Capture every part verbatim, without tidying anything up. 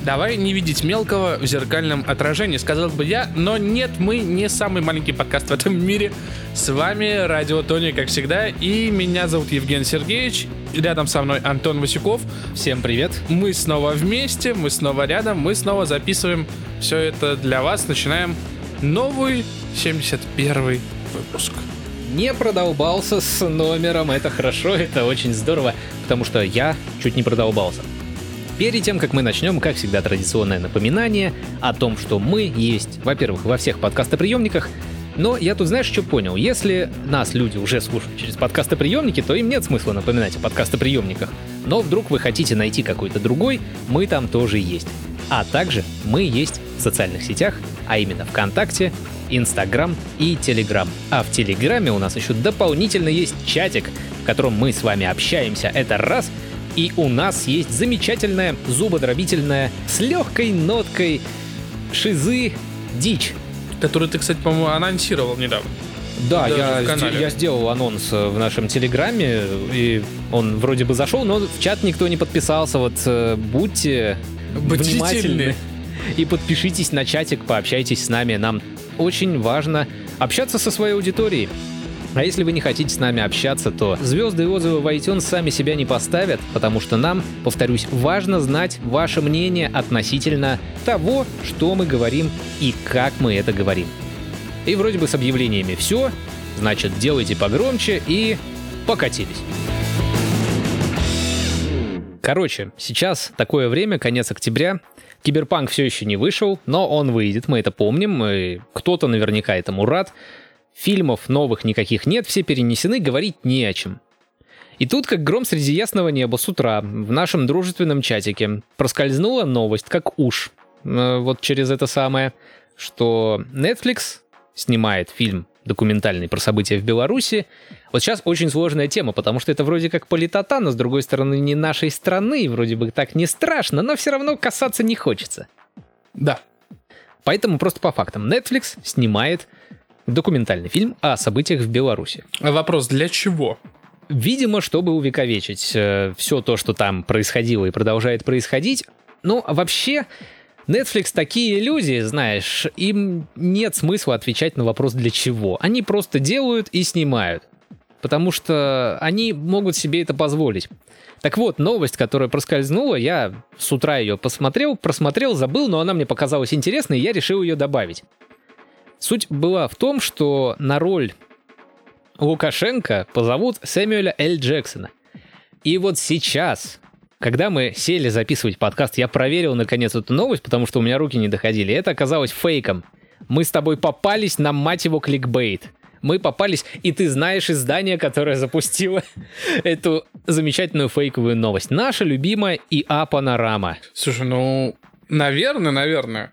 Давай не видеть мелкого в зеркальном отражении, сказал бы я, но нет, мы не самый маленький подкаст в этом мире. С вами Радио Тони, как всегда, и меня зовут Евгений Сергеевич, рядом со мной Антон Васюков. Всем привет. Мы снова вместе, мы снова рядом, мы снова записываем все это для вас, начинаем новый семьдесят первый выпуск. Не продолбался с номером, это хорошо, это очень здорово, потому что я чуть не продолбался. Перед тем, как мы начнем, как всегда, традиционное напоминание о том, что мы есть, во-первых, во всех подкастоприемниках, но я тут, знаешь, что понял? Если нас люди уже слушают через подкастоприемники, то им нет смысла напоминать о подкастоприемниках. Но вдруг вы хотите найти какой-то другой, мы там тоже есть. А также мы есть в социальных сетях, а именно ВКонтакте, Инстаграм и Телеграм. А в Телеграме у нас еще дополнительно есть чатик, в котором мы с вами общаемся. Это раз. И у нас есть замечательная, зубодробительная, с легкой ноткой шизы дичь. Которую ты, кстати, по-моему, анонсировал недавно. Да, я, я сделал анонс в нашем Телеграме, и он вроде бы зашел, но в чат никто не подписался. Вот будьте внимательны и подпишитесь на чатик, пообщайтесь с нами. Нам очень важно общаться со своей аудиторией. А если вы не хотите с нами общаться, то звезды и отзывы в iTunes сами себя не поставят, потому что нам, повторюсь, важно знать ваше мнение относительно того, что мы говорим и как мы это говорим. И вроде бы с объявлениями все, значит, делайте погромче и покатились. Короче, сейчас такое время, конец октября. Киберпанк все еще не вышел, но он выйдет, мы это помним, и кто-то наверняка этому рад. Фильмов новых никаких нет, все перенесены, говорить не о чем. И тут, как гром среди ясного неба, с утра в нашем дружественном чатике проскользнула новость, как уж, э, вот через это самое, что Netflix снимает фильм документальный про события в Беларуси. Вот сейчас очень сложная тема, потому что это вроде как политота, но с другой стороны не нашей страны, вроде бы так не страшно, но все равно касаться не хочется. Да. Поэтому просто по фактам. Netflix снимает документальный фильм о событиях в Беларуси. Вопрос, для чего? Видимо, чтобы увековечить э, все то, что там происходило и продолжает происходить. Ну, вообще, Netflix такие люди, знаешь, им нет смысла отвечать на вопрос «для чего?». Они просто делают и снимают, потому что они могут себе это позволить. Так вот, новость, которая проскользнула, я с утра ее посмотрел, просмотрел, забыл, но она мне показалась интересной, и я решил ее добавить. Суть была в том, что на роль Лукашенко позовут Сэмюэля Л. Джексона. И вот сейчас, когда мы сели записывать подкаст, я проверил наконец эту новость, потому что у меня руки не доходили. Это оказалось фейком. Мы с тобой попались на, мать его, кликбейт. Мы попались, и ты знаешь издание, которое запустило эту замечательную фейковую новость. Наша любимая и а Панорама. Слушай, ну, наверное, наверное...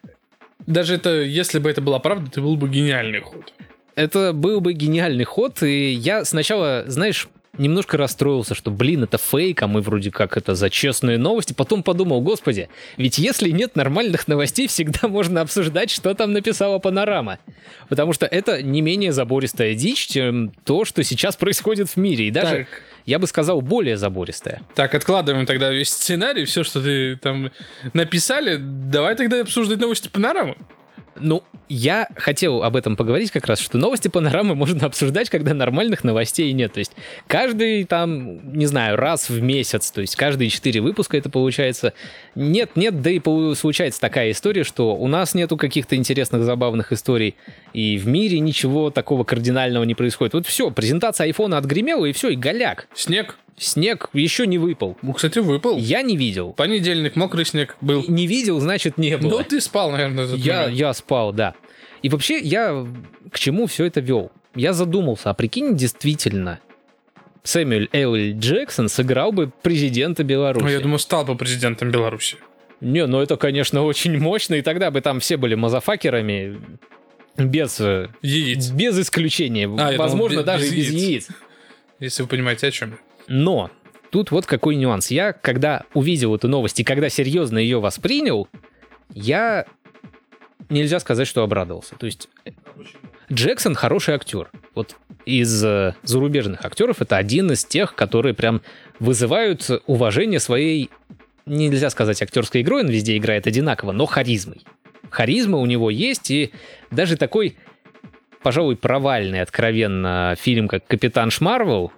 Даже это, если бы это была правда, это был бы гениальный ход. Это был бы гениальный ход, и я сначала, знаешь, немножко расстроился, что, блин, это фейк, а мы вроде как это за честные новости. Потом подумал, господи, ведь если нет нормальных новостей, всегда можно обсуждать, что там написала Панорама. Потому что это не менее забористая дичь, чем то, что сейчас происходит в мире. И даже, так. я бы сказал, более забористая. Так, откладываем тогда весь сценарий, все, что ты там написали. Давай тогда обсуждать новости Панорамы. Ну, я хотел об этом поговорить как раз, что новости Панорамы можно обсуждать, когда нормальных новостей нет. То есть каждый там, не знаю, раз в месяц, то есть каждые четыре выпуска это получается. Нет, нет, да и случается такая история, что у нас нету каких-то интересных, забавных историй, и в мире ничего такого кардинального не происходит. Вот все, презентация айфона отгремела, и все, и голяк. Снег. Снег еще не выпал. Ну, кстати, выпал. Я не видел. Понедельник, мокрый снег был. Не видел, значит, не было. Ну, ты спал, наверное, этот я, я спал, да. И вообще, я к чему все это вел? Я задумался, а прикинь, действительно, Сэмюэль Л. Джексон сыграл бы президента Беларуси. Ну, я думаю, стал бы президентом Беларуси. Не, ну это, конечно, очень мощно, и тогда бы там все были мазафакерами без... Яиц. Без исключения. А, возможно, думал, без, даже без яиц. яиц. Если вы понимаете, о чем я. Но тут вот какой нюанс. Я, когда увидел эту новость и когда серьезно ее воспринял, я... Нельзя сказать, что обрадовался. То есть Джексон хороший актер. Вот из э, зарубежных актеров это один из тех, которые прям вызывают уважение своей нельзя сказать актерской игрой, он везде играет одинаково, но харизмой. Харизма у него есть, и даже такой, пожалуй, провальный откровенно фильм, как «Капитан Шмарвел»,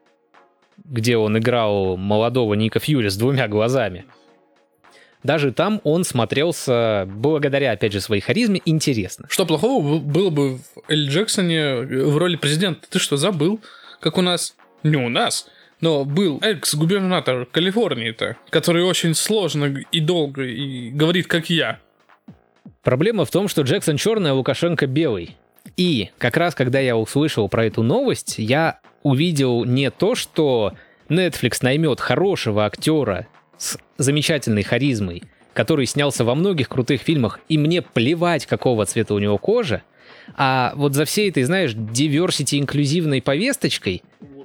где он играл молодого Ника Фьюри с двумя глазами, даже там он смотрелся, благодаря, опять же, своей харизме, интересно. Что плохого было бы в Эль Джексоне в роли президента? Ты что, забыл? Как у нас... Не у нас, но был экс-губернатор Калифорнии-то, который очень сложно и долго и говорит, как я. Проблема в том, что Джексон черный, а Лукашенко белый. И как раз, когда я услышал про эту новость, я увидел не то, что Netflix наймет хорошего актера с замечательной харизмой, который снялся во многих крутых фильмах, и мне плевать, какого цвета у него кожа, а вот за всей этой, знаешь, diversity-инклюзивной повесточкой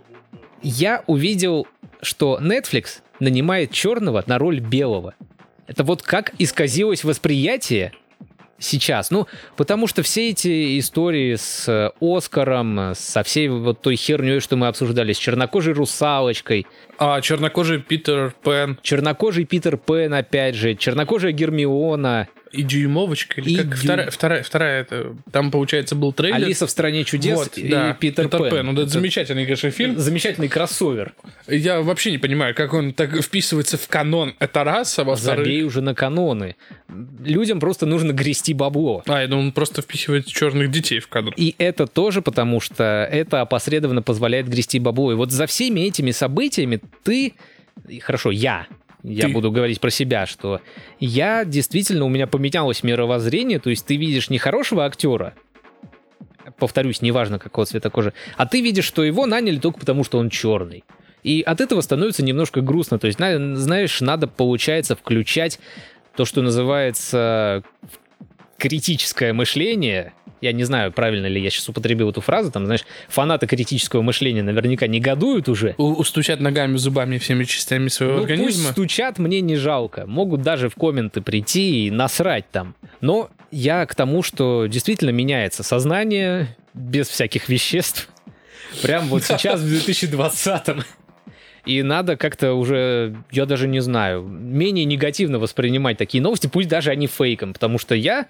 я увидел, что Netflix нанимает черного на роль белого. Это вот как исказилось восприятие сейчас. Ну, потому что все эти истории с Оскаром, со всей вот той херней, что мы обсуждали, с чернокожей русалочкой. А чернокожий Питер Пен. Чернокожий Питер Пен, опять же. Чернокожая Гермиона. И дюймовочка, или и как дю... вторая, вторая, вторая, это, там, получается, был трейлер. Алиса в стране чудес вот, и да, Питер, Питер Пен. Пен. Ну, это, это замечательный, конечно, фильм. Замечательный кроссовер. Я вообще не понимаю, как он так вписывается в канон. Это раз, а во-вторых... Забей уже на каноны. Людям просто нужно грести бабло. А, я думаю, он просто впихивает черных детей в канон. И это тоже потому, что это опосредованно позволяет грести бабло. И вот за всеми этими событиями ты... Хорошо, я... Я ты... буду говорить про себя, что я действительно, у меня поменялось мировоззрение, то есть ты видишь не хорошего актера, повторюсь, неважно какого цвета кожи, а ты видишь, что его наняли только потому, что он черный. И от этого становится немножко грустно, то есть, знаешь, надо, получается, включать то, что называется критическое мышление. Я не знаю, правильно ли я сейчас употребил эту фразу, там, знаешь, фанаты критического мышления наверняка негодуют уже. У- устучат ногами, зубами, всеми частями своего ну, организма. Пусть стучат, мне не жалко. Могут даже в комменты прийти и насрать там. Но я к тому, что действительно меняется сознание без всяких веществ. Прям вот сейчас, в две тысячи двадцатом. И надо как-то уже, я даже не знаю, менее негативно воспринимать такие новости, пусть даже они фейком, потому что я...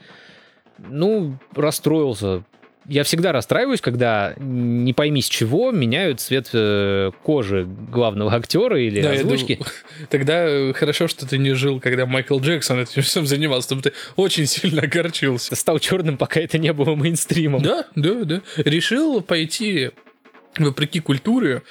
Ну, расстроился. Я всегда расстраиваюсь, когда не пойми с чего меняют цвет э, кожи главного актера или да, озвучки. Думаю, тогда хорошо, что ты не жил, когда Майкл Джексон этим всем занимался, потому что ты очень сильно огорчился. Стал черным, пока это не было мейнстримом. Да, да, да. Решил пойти вопреки культуре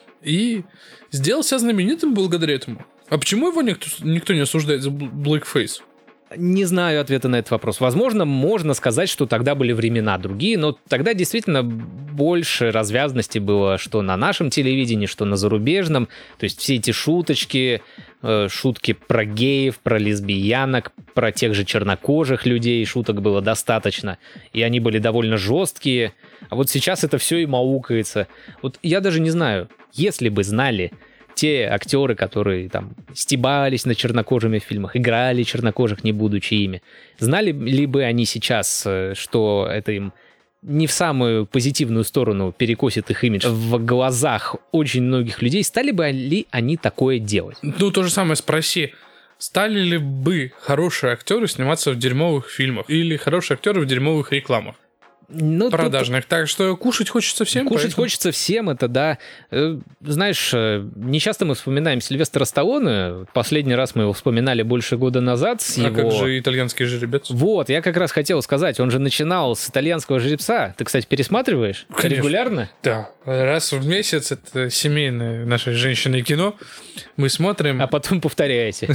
и сделал себя знаменитым благодаря этому. А почему его никто, никто не осуждает за blackface? Не знаю ответа на этот вопрос. Возможно, можно сказать, что тогда были времена другие, но тогда действительно больше развязности было, что на нашем телевидении, что на зарубежном. То есть все эти шуточки, э, шутки про геев, про лесбиянок, про тех же чернокожих людей, шуток было достаточно. И они были довольно жесткие. А вот сейчас это все и маукается. Вот я даже не знаю, если бы знали те актеры, которые там стебались над чернокожими в фильмах, играли чернокожих, не будучи ими, знали ли бы они сейчас, что это им не в самую позитивную сторону перекосит их имидж в глазах очень многих людей, стали бы ли они такое делать? Ну, то же самое спроси. Стали ли бы хорошие актеры сниматься в дерьмовых фильмах или хорошие актеры в дерьмовых рекламах? Ну, продажных. Тут... Так что кушать хочется всем. Кушать поэтому... хочется всем, это да. Знаешь, не часто мы вспоминаем Сильвестра Сталлоне. Последний раз мы его вспоминали больше года назад. С а его... как же итальянский жеребец? Вот, я как раз хотел сказать, он же начинал с итальянского жеребца. Ты, кстати, пересматриваешь? Конечно. Регулярно? Да. Раз в месяц, это семейное нашей женщины кино. Мы смотрим. А потом повторяете.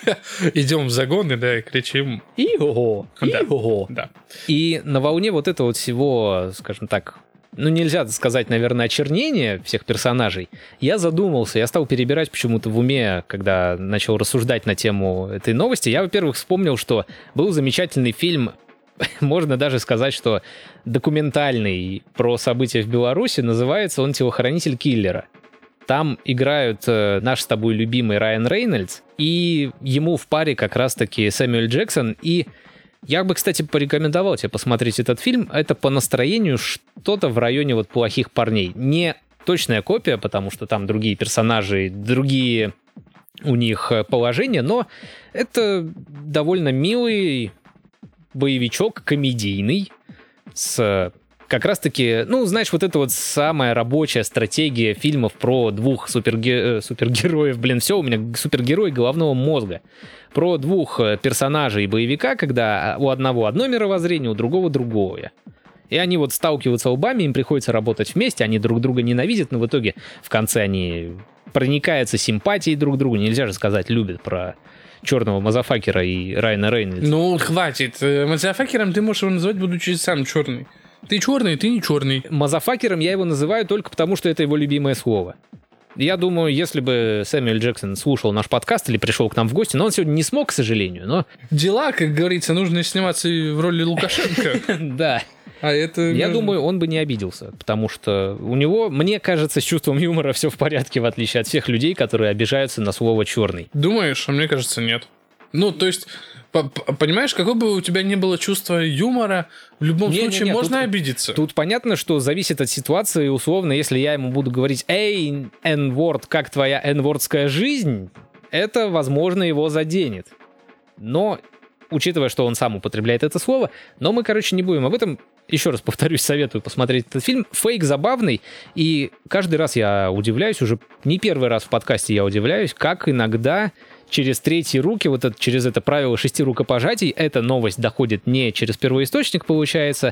Идем в загоны, да, и кричим. И-го-го, и-го-го. Да. И на волне вот этого вот всего, скажем так, ну нельзя сказать, наверное, очернения всех персонажей, я задумался, я стал перебирать почему-то в уме, когда начал рассуждать на тему этой новости. Я, во-первых, вспомнил, что был замечательный фильм, можно даже сказать, что документальный, про события в Беларуси, называется он «Телохранитель киллера». Там играют э, наш с тобой любимый Райан Рейнольдс, и ему в паре как раз-таки Сэмюэль Джексон. И я бы, кстати, порекомендовал тебе посмотреть этот фильм. Это по настроению что-то в районе вот «Плохих парней». Не точная копия, потому что там другие персонажи, другие у них положение, но это довольно милый боевичок, комедийный, с как раз-таки, ну, знаешь, вот это вот самая рабочая стратегия фильмов про двух суперге... супергероев, блин, все, у меня супергерой головного мозга, про двух персонажей боевика, когда у одного одно мировоззрение, у другого другое. И они вот сталкиваются лбами, им приходится работать вместе, они друг друга ненавидят, но в итоге в конце они проникаются симпатией друг к другу. Нельзя же сказать, любят про черного мазафакера и Райана Рейнольдса. Ну, хватит. Мазафакером ты можешь его называть, будучи сам черный. Ты черный, ты не черный. Мазафакером я его называю только потому, что это его любимое слово. Я думаю, если бы Сэмюэл Джексон слушал наш подкаст или пришел к нам в гости, но он сегодня не смог, к сожалению, но... Дела, как говорится, нужно сниматься в роли Лукашенко. Да. А это... Я думаю, он бы не обиделся, потому что у него, мне кажется, с чувством юмора все в порядке, в отличие от всех людей, которые обижаются на слово «черный». Думаешь? А мне кажется, нет. Ну, то есть, понимаешь, какое бы у тебя не было чувства юмора, в любом не, случае не, не, можно тут, обидеться. Тут понятно, что зависит от ситуации, условно, если я ему буду говорить «Эй, N-word, как твоя N-wordская жизнь?», это, возможно, его заденет. Но, учитывая, что он сам употребляет это слово, но мы, короче, не будем об этом. Еще раз повторюсь, советую посмотреть этот фильм. Фейк забавный, и каждый раз я удивляюсь, уже не первый раз в подкасте я удивляюсь, как иногда через третьи руки, вот это, через это правило шести рукопожатий, эта новость доходит не через первоисточник, получается,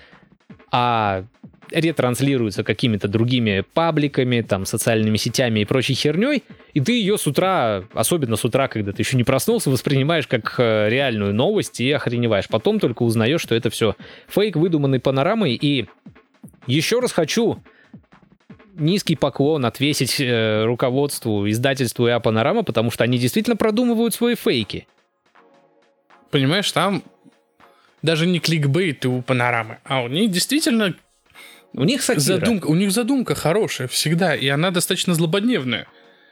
а ретранслируется какими-то другими пабликами, там, социальными сетями и прочей херней, и ты ее с утра, особенно с утра, когда ты еще не проснулся, воспринимаешь как э, реальную новость и охреневаешь. Потом только узнаешь, что это все фейк, выдуманный панорамой. И еще раз хочу низкий поклон отвесить э, руководству, издательству и а Панорама, потому что они действительно продумывают свои фейки. Понимаешь, там даже не кликбейт у Панорамы, а у них действительно... У них сатира. Задумка, у них задумка хорошая всегда, и она достаточно злободневная.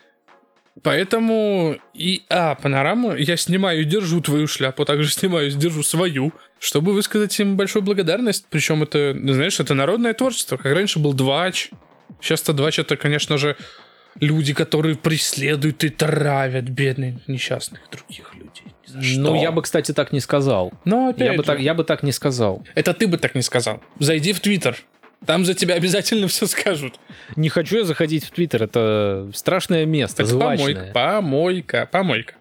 Поэтому и а Панораму я снимаю и держу твою шляпу, также снимаю и держу свою, чтобы высказать им большую благодарность. Причем это, знаешь, это народное творчество. Как раньше был Двач. Сейчас-то Двач — это, конечно же, люди, которые преследуют и травят бедных, несчастных других людей. Ну, я бы, кстати, так не сказал. Но опять я, же, бы так, я бы так не сказал. Это ты бы так не сказал. Зайди в Твиттер. Там за тебя обязательно все скажут. Не хочу я заходить в Твиттер, это страшное место, это злачное. Помойка, помойка, помойка.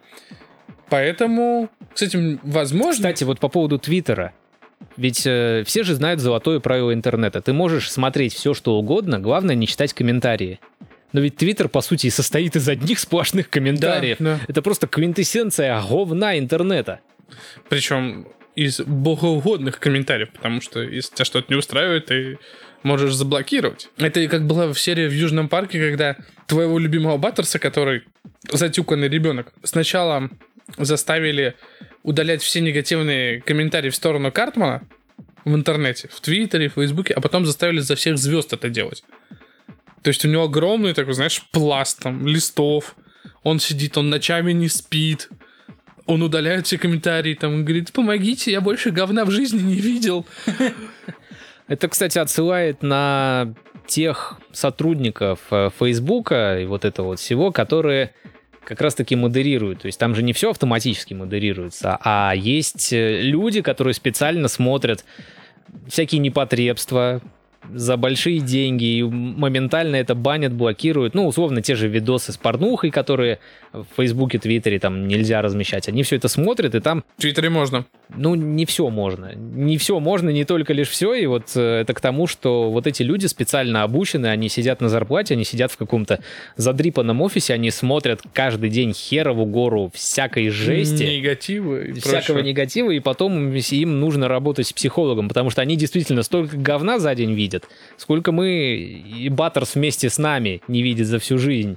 Поэтому, кстати, возможно... Кстати, вот по поводу Твиттера. Ведь э, все же знают золотое правило интернета. Ты можешь смотреть все, что угодно, главное не читать комментарии. Но ведь Твиттер, по сути, и состоит из одних сплошных комментариев. Да, да. Это просто квинтэссенция говна интернета. Причем из богоугодных комментариев, потому что если тебя что-то не устраивает, ты можешь заблокировать. Это как была в серии в Южном парке, когда твоего любимого Баттерса, который затюканный ребенок, сначала заставили удалять все негативные комментарии в сторону Картмана в интернете, в Твиттере, в Фейсбуке, а потом заставили за всех звезд это делать. То есть у него огромный такой, знаешь, пласт там, листов. Он сидит, он ночами не спит. Он удаляет все комментарии, там, он говорит: помогите, я больше говна в жизни не видел. Это, кстати, отсылает на тех сотрудников Фейсбука и вот этого вот всего, которые как раз-таки модерируют. То есть там же не все автоматически модерируется, а есть люди, которые специально смотрят всякие непотребства за большие деньги и моментально это банят, блокируют. Ну, условно, те же видосы с порнухой, которые в Фейсбуке, Твиттере там нельзя размещать. Они все это смотрят, и там... В Твиттере можно. Ну, не все можно. Не все можно, не только лишь все. И вот это к тому, что вот эти люди специально обучены, они сидят на зарплате, они сидят в каком-то задрипанном офисе, они смотрят каждый день херову гору всякой жести. Негатива и Всякого прочего. негатива, и потом им нужно работать с психологом, потому что они действительно столько говна за день видят, сколько мы и Баттерс вместе с нами не видит за всю жизнь.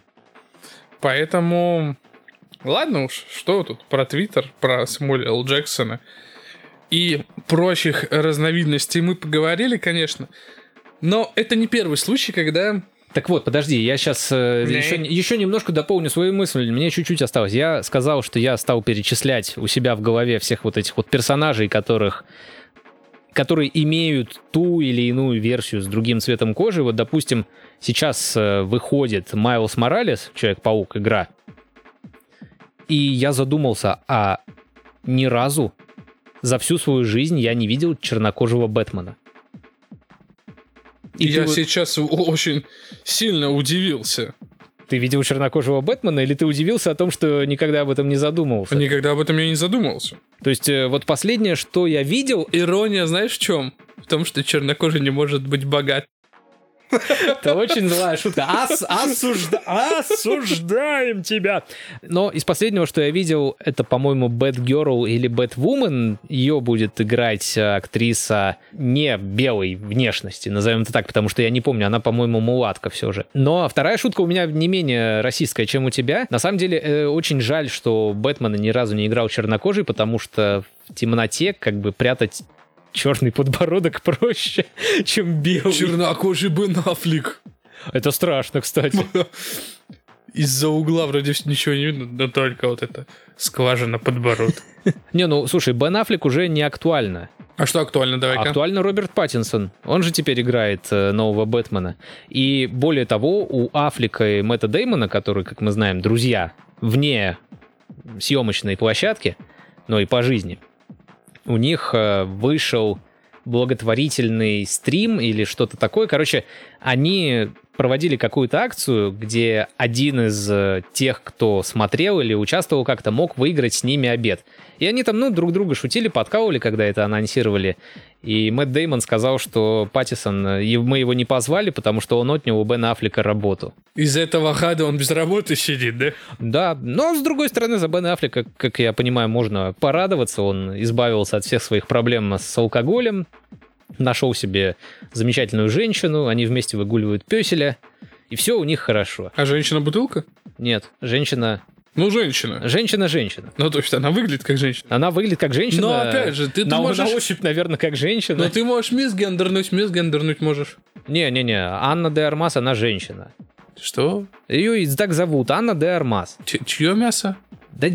Поэтому, ладно уж, что тут про Твиттер, про Сэмюэля Л. Джексона и прочих разновидностей мы поговорили, конечно, но это не первый случай, когда... Так вот, подожди, я сейчас э, еще, еще немножко дополню свою мысль, мне чуть-чуть осталось. Я сказал, что я стал перечислять у себя в голове всех вот этих вот персонажей, которых... которые имеют ту или иную версию с другим цветом кожи. Вот, допустим, сейчас э, выходит Майлз Моралес, Человек-паук, игра. И я задумался, а ни разу за всю свою жизнь я не видел чернокожего Бэтмена. И я вот... сейчас очень сильно удивился. Ты видел чернокожего Бэтмена, или ты удивился о том, что никогда об этом не задумывался? Никогда об этом я не задумывался. То есть вот последнее, что я видел... Ирония, знаешь, в чем? В том, что чернокожий не может быть богат. Это очень злая шутка. Ос- осужда- осуждаем тебя. Но из последнего, что я видел, это, по-моему, Бэтгерл или Бэтвумен. Ее будет играть актриса не белой внешности, назовем это так, потому что я не помню, она, по-моему, мулатка все же. Но вторая шутка у меня не менее российская, чем у тебя. На самом деле, э, очень жаль, что Бэтмена ни разу не играл чернокожий, потому что в темноте как бы прятать черный подбородок проще, чем белый. Чернокожий Бен Аффлек. Это страшно, кстати. Из-за угла вроде ничего не видно, но только вот это скважина подбородка. Не, ну, слушай, Бен Аффлек уже не актуально. А что актуально, давай-ка? Актуально Роберт Паттинсон. Он же теперь играет э, нового Бэтмена. И более того, у Аффлека и Мэтта Дэймона, которые, как мы знаем, друзья вне съемочной площадки, но и по жизни, у них э, вышел благотворительный стрим или что-то такое. Короче, они проводили какую-то акцию, где один из э, тех, кто смотрел или участвовал как-то, мог выиграть с ними обед. И они там, ну, друг друга шутили, подкалывали, когда это анонсировали. И Мэтт Дэймон сказал, что Паттинсон, мы его не позвали, потому что он отнял у Бена Аффлека работу. Из-за этого гада он без работы сидит, да? Да, но с другой стороны, за Бена Аффлека, как я понимаю, можно порадоваться. Он избавился от всех своих проблем с алкоголем, нашел себе замечательную женщину, они вместе выгуливают пёселя, и все у них хорошо. А женщина-бутылка? Нет, женщина... Ну, женщина. Женщина-женщина. Ну, то есть она выглядит как женщина. Она выглядит как женщина. Но опять же, ты, ты на, можешь... на ощупь, наверное, как женщина. Но ты можешь мисгендернуть, мисгендернуть можешь. Не-не-не, Анна де Армас, она женщина. Что? Ее и так зовут, Анна де Армас. Ч- чье мясо? Да...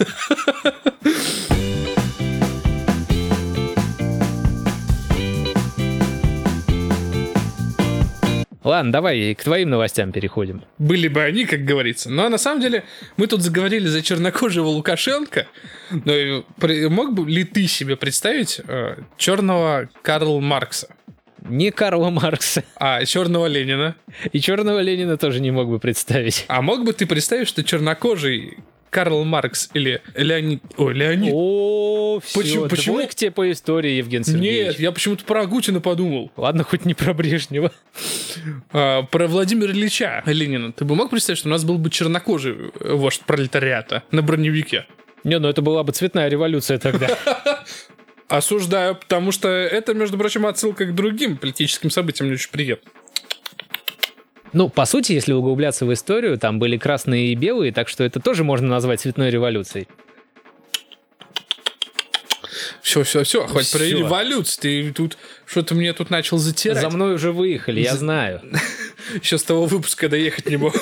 Ладно, давай к твоим новостям переходим. Были бы они, как говорится. Но на самом деле мы тут заговорили за чернокожего Лукашенко. Но мог бы ли ты себе представить э, черного Карла Маркса? Не Карла Маркса. А черного Ленина. И черного Ленина тоже не мог бы представить. А мог бы ты представить, что чернокожий Карл Маркс или Леонид... Ой, Леонид... О, все, почему, почему? Двойка по истории, Евген Сергеевич. Нет, я почему-то про Агутина подумал. Ладно, хоть не про Брежнева. А, про Владимира Ильича Ленина. Ты бы мог представить, что у нас был бы чернокожий вождь пролетариата на броневике? Не, ну это была бы цветная революция тогда. Осуждаю, потому что это, между прочим, отсылка к другим политическим событиям, мне очень приятно. Ну, по сути, если углубляться в историю, там были красные и белые, так что это тоже можно назвать цветной революцией. Все, все, все, хватит Всё. про революцию. Ты тут что-то мне тут начал затирать. За мной уже выехали, я За- знаю. Еще с того выпуска доехать не могут.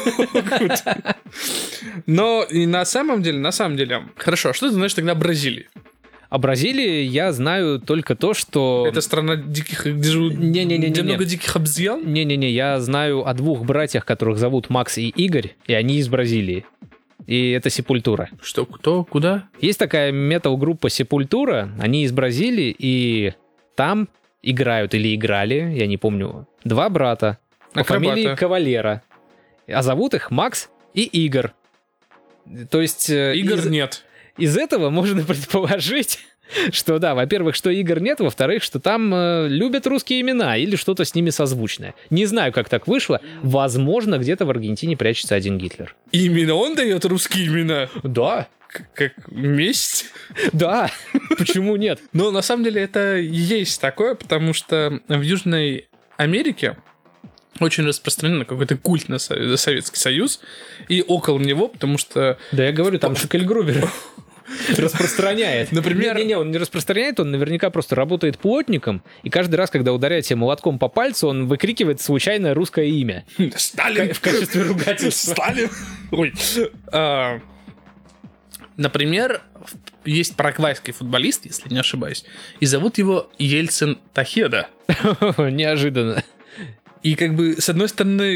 Но и на самом деле, на самом деле... Хорошо, а что ты знаешь тогда о Бразилии? О Бразилии я знаю только то, что... Это страна диких... Где живут... Не-не-не-не-не. Где много диких обезьян? Не-не-не, я знаю о двух братьях, которых зовут Макс и Игорь, и они из Бразилии. И это Сепультура. Что, кто, куда? Есть такая метал-группа Сепультура, они из Бразилии, и там играют или играли, я не помню, два брата по Акробата. фамилии Кавалера. А зовут их Макс и Игорь. То есть... э, Игр из- нет. Из этого можно предположить, что да, во-первых, что игр нет, во-вторых, что там э, любят русские имена или что-то с ними созвучное. Не знаю, как так вышло. Возможно, где-то в Аргентине прячется один Гитлер. Именно он дает русские имена? Да. К- Как месть? Да. Почему нет? Но на самом деле это и есть такое, потому что в Южной Америке очень распространен какой-то культ на Со- Советский Союз и около него, потому что... Да я говорю, там Шекельгрубер распространяет. Например- Не-не-не, он не распространяет, он наверняка просто работает плотником, и каждый раз, когда ударяет себе молотком по пальцу, он выкрикивает случайное русское имя. Сталин! В качестве ругательства. Сталин! Ой. А, Например, есть парагвайский футболист, если не ошибаюсь, и зовут его Ельцин Тахеда. Неожиданно. И как бы, с одной стороны,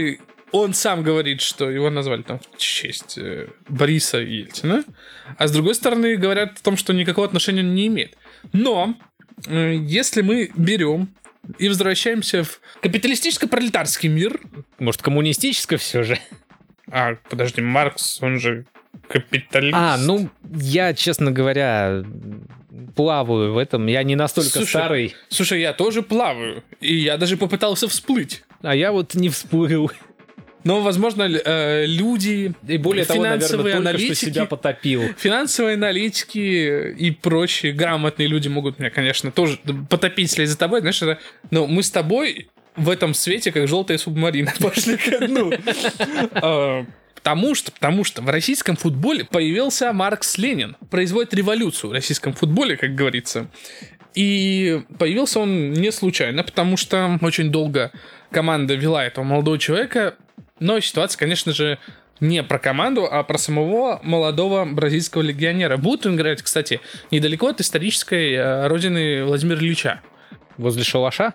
он сам говорит, что его назвали там в честь э, Бориса Ельцина, а с другой стороны говорят о том, что никакого отношения он не имеет. Но э, если мы берем и возвращаемся в капиталистическо-пролетарский мир... Может, коммунистическое все же? А, подожди, Маркс, он же капиталист. А, ну, я, честно говоря, плаваю в этом. Я не настолько слушай, старый. Слушай, я тоже плаваю, и я даже попытался всплыть. А я вот не всплыл. Но, возможно, люди, и более того, финансовые наверное, аналитики, только что себя потопил. Финансовые аналитики и прочие грамотные люди могут меня, конечно, тоже потопить вслед за тобой. Знаешь, это, но мы с тобой в этом свете, как желтая субмарина, пошли ко дну. Потому что, потому что в российском футболе появился Маркс Ленин. Производит революцию в российском футболе, как говорится. И появился он не случайно, потому что очень долго команда вела этого молодого человека. Но ситуация, конечно же, не про команду, а про самого молодого бразильского легионера. Будет он играть, кстати, недалеко от исторической родины Владимира Ильича. Возле шалаша?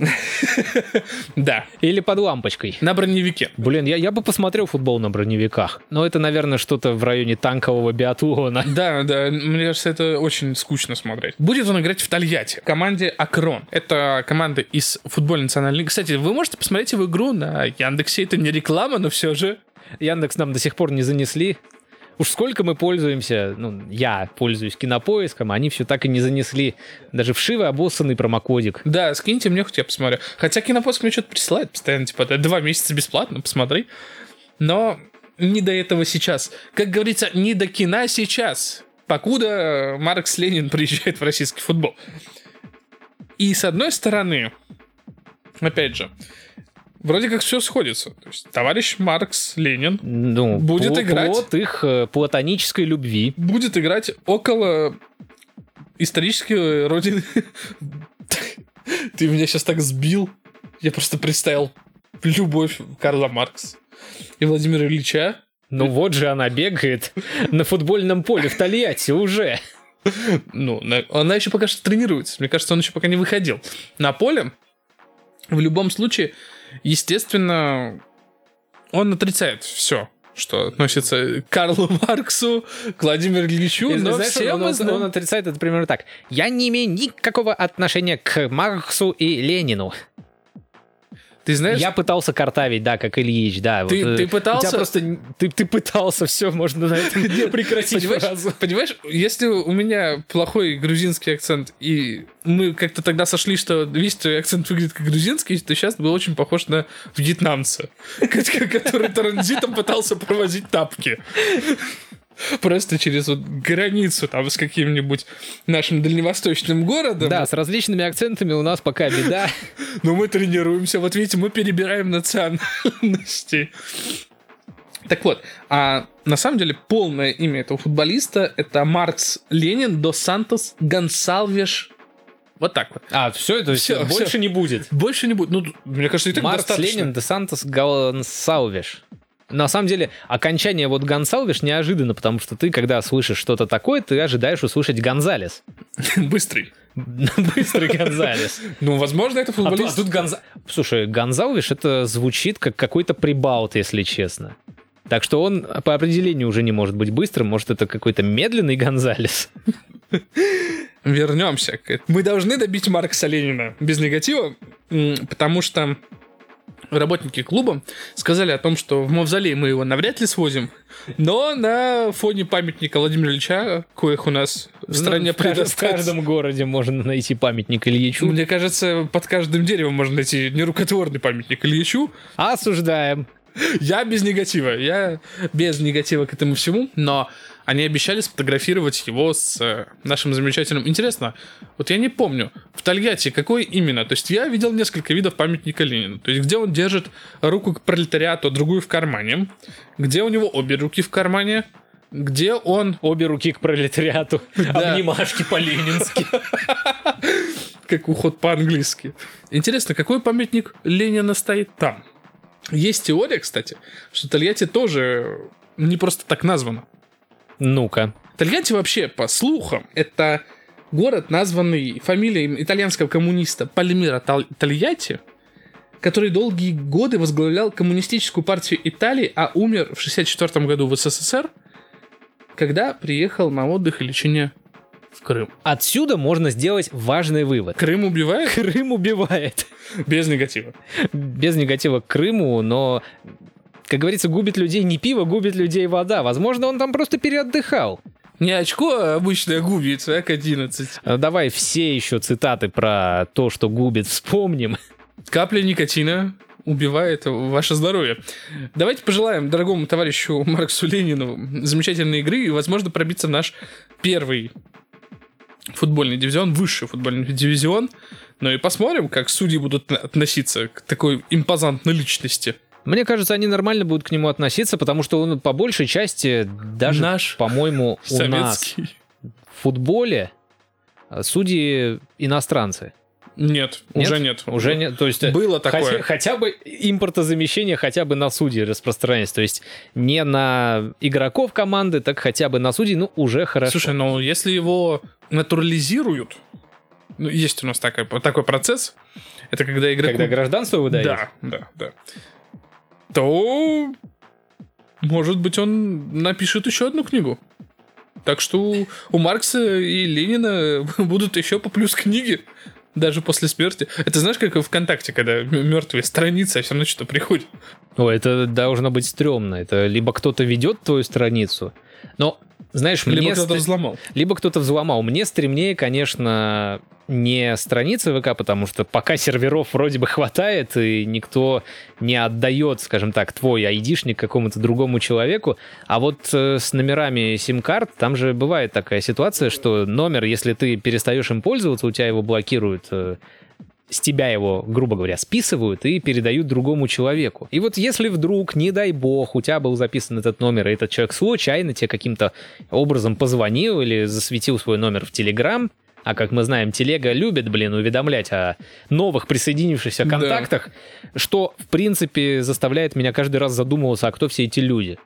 Да. Или под лампочкой? На броневике. Блин, я, я бы посмотрел футбол на броневиках. Но это, наверное, что-то в районе танкового биатлона. Да, да, мне кажется, это очень скучно смотреть. Будет он играть в Тольятти, в команде Акрон. Это команда из футбольной национальной лиги. Кстати, вы можете посмотреть его игру на Яндексе. Это не реклама, но все же. Яндекс нам до сих пор не занесли. Уж сколько мы пользуемся, ну, я пользуюсь Кинопоиском, они все так и не занесли. Даже вшивый обоссанный промокодик. Да, скиньте мне, хоть я посмотрю. Хотя Кинопоиск мне что-то присылает постоянно, типа, два месяца бесплатно, посмотри. Но не до этого сейчас. Как говорится, не до кино сейчас. Покуда Маркс Ленин приезжает в российский футбол. И с одной стороны, опять же, вроде как все сходится. То есть товарищ Маркс Ленин ну, будет плод, играть... Плод их платонической любви. Будет играть около исторической родины. Ты меня сейчас так сбил. Я просто представил любовь Карла Маркса и Владимира Ильича. Ну вот же она бегает на футбольном поле в Тольятти уже. Ну, она еще пока что тренируется. Мне кажется, он еще пока не выходил на поле. В любом случае, естественно, он отрицает все, что относится к Карлу Марксу, к Владимиру Ильичу, но знаешь, все он, мы он, он отрицает это примерно так. Я не имею никакого отношения к Марксу и Ленину. Ты знаешь... Я пытался картавить, да, как Ильич, да. Ты, вот, ты пытался... У тебя просто... Ты, ты пытался, все, можно на этом прекратить фразу. Понимаешь, если у меня плохой грузинский акцент, и мы как-то тогда сошли, что весь твой акцент выглядит как грузинский, то сейчас был очень похож на вьетнамца, который транзитом пытался провозить тапки. Просто через вот границу там с каким-нибудь нашим дальневосточным городом. Да, с различными акцентами у нас пока беда. Но мы тренируемся. Вот видите, мы перебираем национальности. Так вот, а на самом деле полное имя этого футболиста — это Маркс Ленин дос Сантос Гонсалвеш. Вот так вот. А, все, это все, больше все. не будет. Больше не будет. Ну, мне кажется, и так Маркс достаточно. Ленин дос Сантос Гонсалвеш. На самом деле, окончание вот Гонсалвеш неожиданно, потому что ты, когда слышишь что-то такое, ты ожидаешь услышать Гонзалес. Быстрый. Быстрый Гонзалес. Ну, возможно, это футболист. А тут Гонза... Слушай, Гонсалвеш — это звучит как какой-то прибалт, если честно. Так что он по определению уже не может быть быстрым, может, это какой-то медленный Гонзалес. Вернемся. Мы должны добить Маркса Ленина без негатива, потому что работники клуба сказали о том, что в мавзолей мы его навряд ли свозим, но на фоне памятника Владимира Ильича, коих у нас в стране ну, в, в каждом городе можно найти памятник Ильичу. Мне кажется, под каждым деревом можно найти нерукотворный памятник Ильичу. Осуждаем. Я без негатива, я без негатива к этому всему, но они обещали сфотографировать его с нашим замечательным... Интересно, вот я не помню, в Тольятти какой именно? То есть я видел несколько видов памятника Ленину. То есть где он держит руку к пролетариату, другую в кармане, где у него обе руки в кармане, где он... Обе руки к пролетариату, да. Обнимашки по-ленински. Как уход по-английски. Интересно, какой памятник Ленина стоит там? Есть теория, кстати, что Тольятти тоже не просто так названо. Ну-ка. Тольятти вообще, по слухам, это город, названный фамилией итальянского коммуниста Пальмиро Тольятти, который долгие годы возглавлял коммунистическую партию Италии, а умер в шестьдесят четвёртом году в СССР, когда приехал на отдых и лечение в Крым. Отсюда можно сделать важный вывод. Крым убивает? Крым убивает. Без негатива. Без негатива к Крыму, но, как говорится, губит людей не пиво, губит людей вода. Возможно, он там просто переотдыхал. Не очко, а обычное губит, Эк одиннадцать. Давай все еще цитаты про то, что губит, вспомним. Капля никотина убивает ваше здоровье. Давайте пожелаем дорогому товарищу Марксу Ленину замечательной игры и, возможно, пробиться в наш первый футбольный дивизион, высший футбольный дивизион. Ну и посмотрим, как судьи будут относиться к такой импозантной личности. Мне кажется, они нормально будут к нему относиться, потому что он по большей части, даже, Наш по-моему, у советский. нас в футболе судьи иностранцы. Нет, Нет? уже нет. Уже нет. То есть было такое. Хотя, хотя бы импортозамещение хотя бы на судей распространяется. То есть не на игроков команды, так хотя бы на судей, ну, уже хорошо. Слушай, ну если его натурализируют, ну, есть у нас такой, такой процесс, это когда игроку... Когда гражданство выдают? Да, да, да. То, может быть, он напишет еще одну книгу. Так что у Маркса и Ленина будут еще по плюс книги. Даже после смерти. Это знаешь, как в ВКонтакте, когда мертвые страницы, а все равно что-то приходит. О, это должно быть стрёмно. Это либо кто-то ведет твою страницу, но, знаешь, либо мне... кто-то ст... взломал. Либо кто-то взломал. Мне стремнее, конечно, не страницы ВК, потому что пока серверов вроде бы хватает, и никто не отдает, скажем так, твой айдишник какому-то другому человеку, а вот э, с номерами сим-карт, там же бывает такая ситуация, что номер, если ты перестаешь им пользоваться, у тебя его блокируют, э, с тебя его, грубо говоря, списывают и передают другому человеку. И вот если вдруг, не дай бог, у тебя был записан этот номер, и этот человек случайно тебе каким-то образом позвонил или засветил свой номер в Телеграм, а как мы знаем, телега любит, блин, уведомлять о новых присоединившихся контактах, да. Что, в принципе, заставляет меня каждый раз задумываться, а кто все эти люди.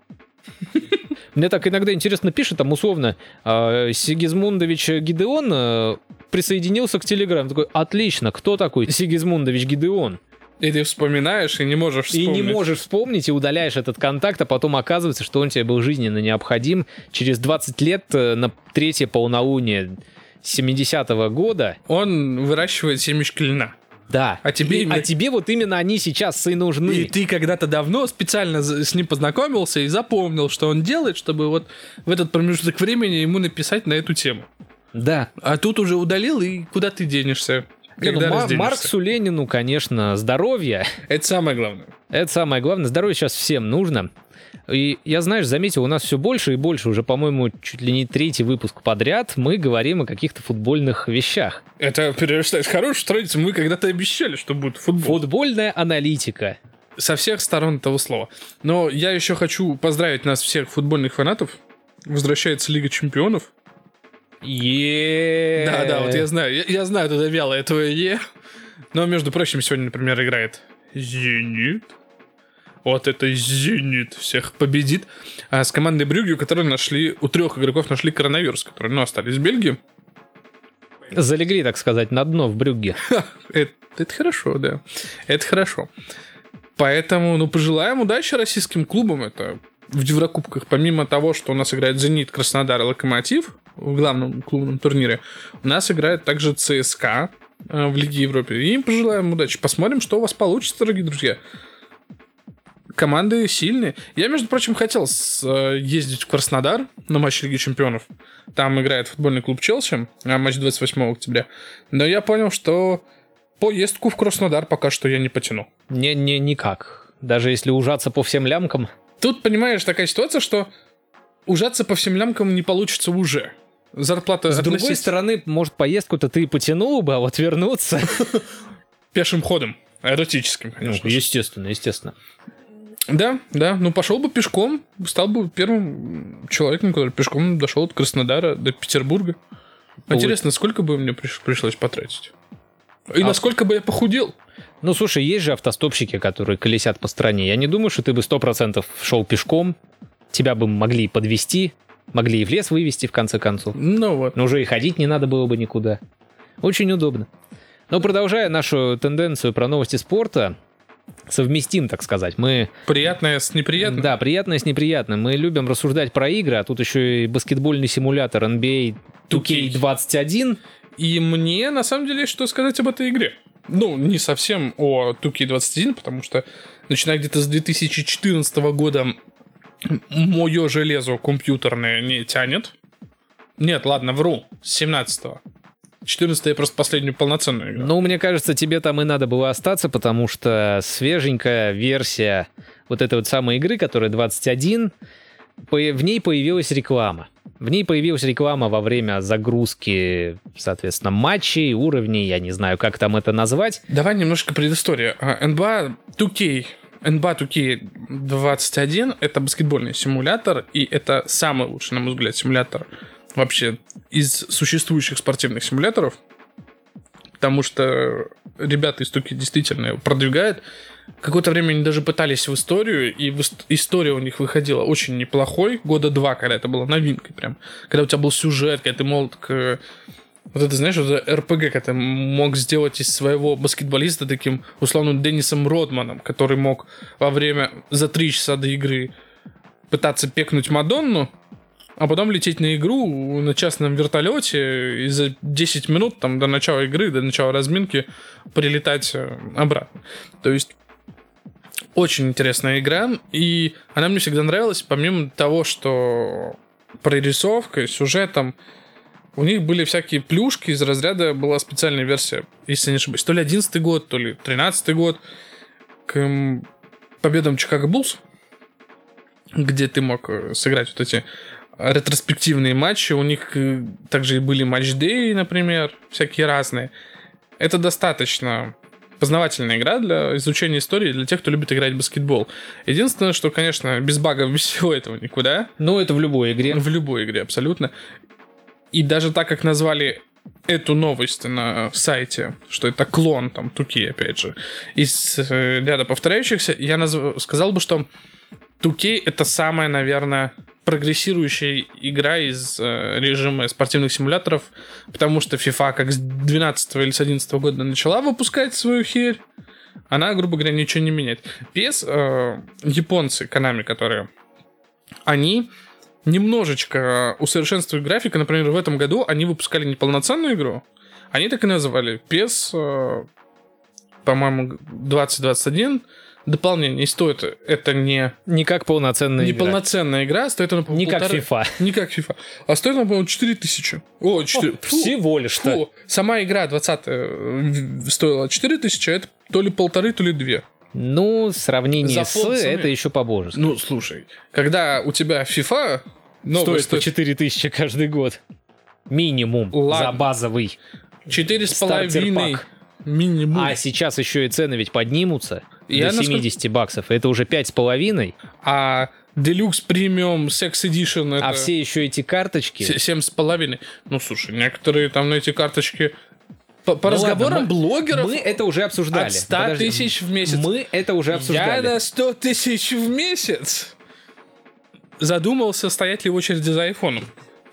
Мне так иногда интересно пишет, там условно, Сигизмундович Гидеон присоединился к Телеграм. Такой, отлично, кто такой Сигизмундович Гидеон? И ты вспоминаешь, и не можешь вспомнить. И не можешь вспомнить, и удаляешь этот контакт, а потом оказывается, что он тебе был жизненно необходим. Через двадцать лет на третье полнолуние семидесятого года он выращивает семечки льна. Да. А тебе, и, именно... а тебе вот именно они сейчас и нужны. И ты когда-то давно специально с ним познакомился и запомнил, что он делает, чтобы вот в этот промежуток времени ему написать на эту тему. Да. А тут уже удалил, и куда ты денешься? Не, ну, Ма- Марксу Ленину, конечно, здоровье. Это самое главное. Это самое главное. Здоровье сейчас всем нужно. И я, знаешь, заметил, у нас все больше и больше, уже, по-моему, чуть ли не третий выпуск подряд, мы говорим о каких-то футбольных вещах. Это перерастает в хорошую традицию. Мы когда-то обещали, что будет футбол. Футбольная аналитика. Со всех сторон этого слова. Но я еще хочу поздравить нас всех футбольных фанатов. Возвращается Лига Чемпионов. Е. Да, да, вот я знаю. Я, я знаю туда вяло этого Е. Но, между прочим, сегодня, например, играет Зенит. Вот это Зенит всех победит. А с командой Брюгге, у которой нашли, у трех игроков нашли коронавирус, которые, ну, остались в Бельгии. Залегли, так сказать, на дно в Брюгге. Это, это хорошо, да. Это хорошо. Поэтому, ну, пожелаем удачи российским клубам. Это в Еврокубках. Помимо того, что у нас играет Зенит, Краснодар и Локомотив в главном клубном турнире, у нас играет также ЦСКА в Лиге Европы. И им пожелаем удачи. Посмотрим, что у вас получится, дорогие друзья. Команды сильные. Я, между прочим, хотел ездить в Краснодар на матч Лиги Чемпионов. Там играет футбольный клуб Челси, а матч двадцать восьмого октября. Но я понял, что поездку в Краснодар пока что я не потяну. Не, не, никак. Даже если ужаться по всем лямкам. Тут, понимаешь, такая ситуация, что ужаться по всем лямкам не получится уже. Зарплата... С относить... другой стороны, может, поездку-то ты и потянул бы, а вот вернуться... Пешим ходом. Эротическим, конечно. Ну, естественно, естественно. Да, да, ну пошел бы пешком, стал бы первым человеком, который пешком дошел от Краснодара до Петербурга. Ой. Интересно, сколько бы мне приш- пришлось потратить? И а... насколько бы я похудел? Ну, слушай, есть же автостопщики, которые колесят по стране. Я не думаю, что ты бы сто процентов шел пешком. Тебя бы могли подвезти, могли и в лес вывести, в конце концов. Ну вот. Но уже и ходить не надо было бы никуда. Очень удобно. Но продолжая нашу тенденцию про новости спорта, совместим, так сказать. Мы... Приятное с неприятным? Да, приятное с неприятным. Мы любим рассуждать про игры, а тут еще и баскетбольный симулятор эн би эй ту кей двадцать один. И мне, на самом деле, что сказать об этой игре. Ну, не совсем о ту кей двадцать один, потому что, начиная где-то с две тысячи четырнадцатого года, мое железо компьютерное не тянет. Нет, ладно, вру, с семнадцатого. четырнадцатый я просто последнюю полноценную игру. Ну, мне кажется, тебе там и надо было остаться, потому что свеженькая версия вот этой вот самой игры, которая двадцать один, в ней появилась реклама. В ней появилась реклама во время загрузки, соответственно, матчей, уровней, я не знаю, как там это назвать. Давай немножко предыстория. эн би эй ту кей, эн би эй ту кей двадцать один — это баскетбольный симулятор, и это самый лучший, на мой взгляд, симулятор вообще из существующих спортивных симуляторов, потому что ребята из ту кей действительно его продвигают. Какое-то время они даже пытались в историю, и в ист- история у них выходила очень неплохой, года два, когда это было новинкой прям. Когда у тебя был сюжет, когда ты мог... К... Вот это, знаешь, вот это эр пи джи, когда ты мог сделать из своего баскетболиста таким, условно, Деннисом Родманом, который мог во время, за три часа до игры пытаться пекнуть Мадонну, а потом лететь на игру на частном вертолете и за десять минут там, до начала игры, до начала разминки прилетать обратно. То есть очень интересная игра, и она мне всегда нравилась, помимо того, что прорисовкой, сюжетом, у них были всякие плюшки из разряда, была специальная версия, если не ошибаюсь, то ли одиннадцатый год, то ли тринадцатый год, к победам Чикаго Буллс, где ты мог сыграть вот эти ретроспективные матчи, у них также и были матч-деи, например, всякие разные. Это достаточно познавательная игра для изучения истории, для тех, кто любит играть в баскетбол. Единственное, что, конечно, без багов, без всего этого никуда. Ну, это в любой игре. В любой игре, абсолютно. И даже так, как назвали эту новость на сайте, что это клон, там, ту кей, опять же, из э, ряда повторяющихся, я назв... сказал бы, что ту кей — это самая, наверное, прогрессирующая игра из э, режима спортивных симуляторов, потому что FIFA как с двенадцатого или с одиннадцатого года начала выпускать свою херь, она, грубо говоря, ничего не меняет. пи эс, э, японцы, Konami, которые, они немножечко усовершенствуют графику. Например, в этом году они выпускали не полноценную игру, они так и называли пи эс, э, по-моему, двадцать двадцать один. Дополнение. И стоит это не... Не как полноценная не игра. Не полноценная игра, стоит она, не полтора... как FIFA. Не как FIFA. А стоит она, по-моему, четыре тысячи. О, четыре... О, всего лишь-то. Фу. Сама игра двадцатая стоила четыре тысячи, а это то ли полторы, то ли две. Ну, в сравнении За с... полцены. Это еще по-божески. Ну, слушай, когда у тебя FIFA... Стоит стоит по четыре тысячи каждый год. Минимум. Ладно. За базовый. Четыре с половиной. Минимум. А сейчас еще и цены ведь поднимутся. Я до семьдесят насколько... баксов. Это уже пять с половиной. А Deluxe Premium Sex Edition это... А все еще эти карточки... Семь с половиной. Ну, слушай, некоторые там на эти карточки... По, по ну разговорам ладно, мы, блогеров... Мы это уже обсуждали. От ста тысяч в месяц. Мы это уже обсуждали. Я на сто тысяч в месяц задумался, стоять ли в очереди за айфоном.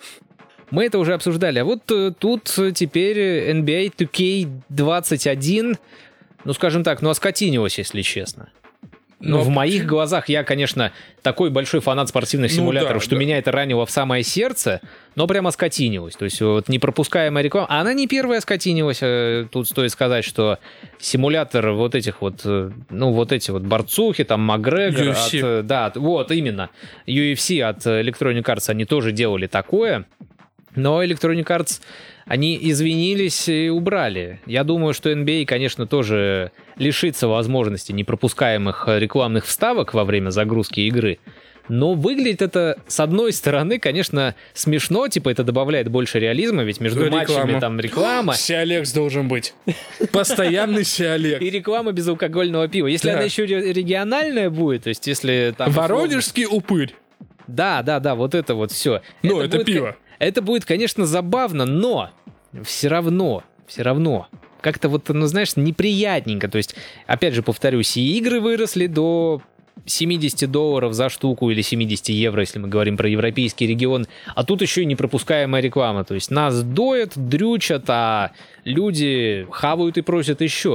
Мы это уже обсуждали. А вот э, тут теперь эн би эй ту кей двадцать один, ну, скажем так, ну, оскотинилась, если честно. Но, Но в моих глазах, я, конечно, такой большой фанат спортивных симуляторов, ну, да, что да. меня это ранило в самое сердце, но прямо скотинилась. То есть вот непропускаемая реклама. А она не первая скотинилась. Тут стоит сказать, что симулятор вот этих вот, ну, вот эти вот борцухи, там, Макгрегор. ю эф си. От, да, вот, именно. ю эф си от Electronic Arts, они тоже делали такое. Но Electronic Arts, они извинились и убрали. Я думаю, что эн би эй, конечно, тоже лишится возможности непропускаемых рекламных вставок во время загрузки игры. Но выглядит это, с одной стороны, конечно, смешно, типа это добавляет больше реализма, ведь между реклама. матчами там реклама. Сиалекс должен быть. Постоянный Сиалекс. И реклама безалкогольного пива. Если да. она еще региональная будет, то есть если там... Воронежский упырь. Да, да, да, вот это вот все. Ну, это, это будет, пиво. Это будет, конечно, забавно, но все равно, все равно, как-то вот, ну, знаешь, неприятненько. То есть, опять же, повторюсь, и игры выросли до семьдесят долларов за штуку или семьдесят евро, если мы говорим про европейский регион, а тут еще и непропускаемая реклама. То есть нас доят, дрючат, а люди хавают и просят еще.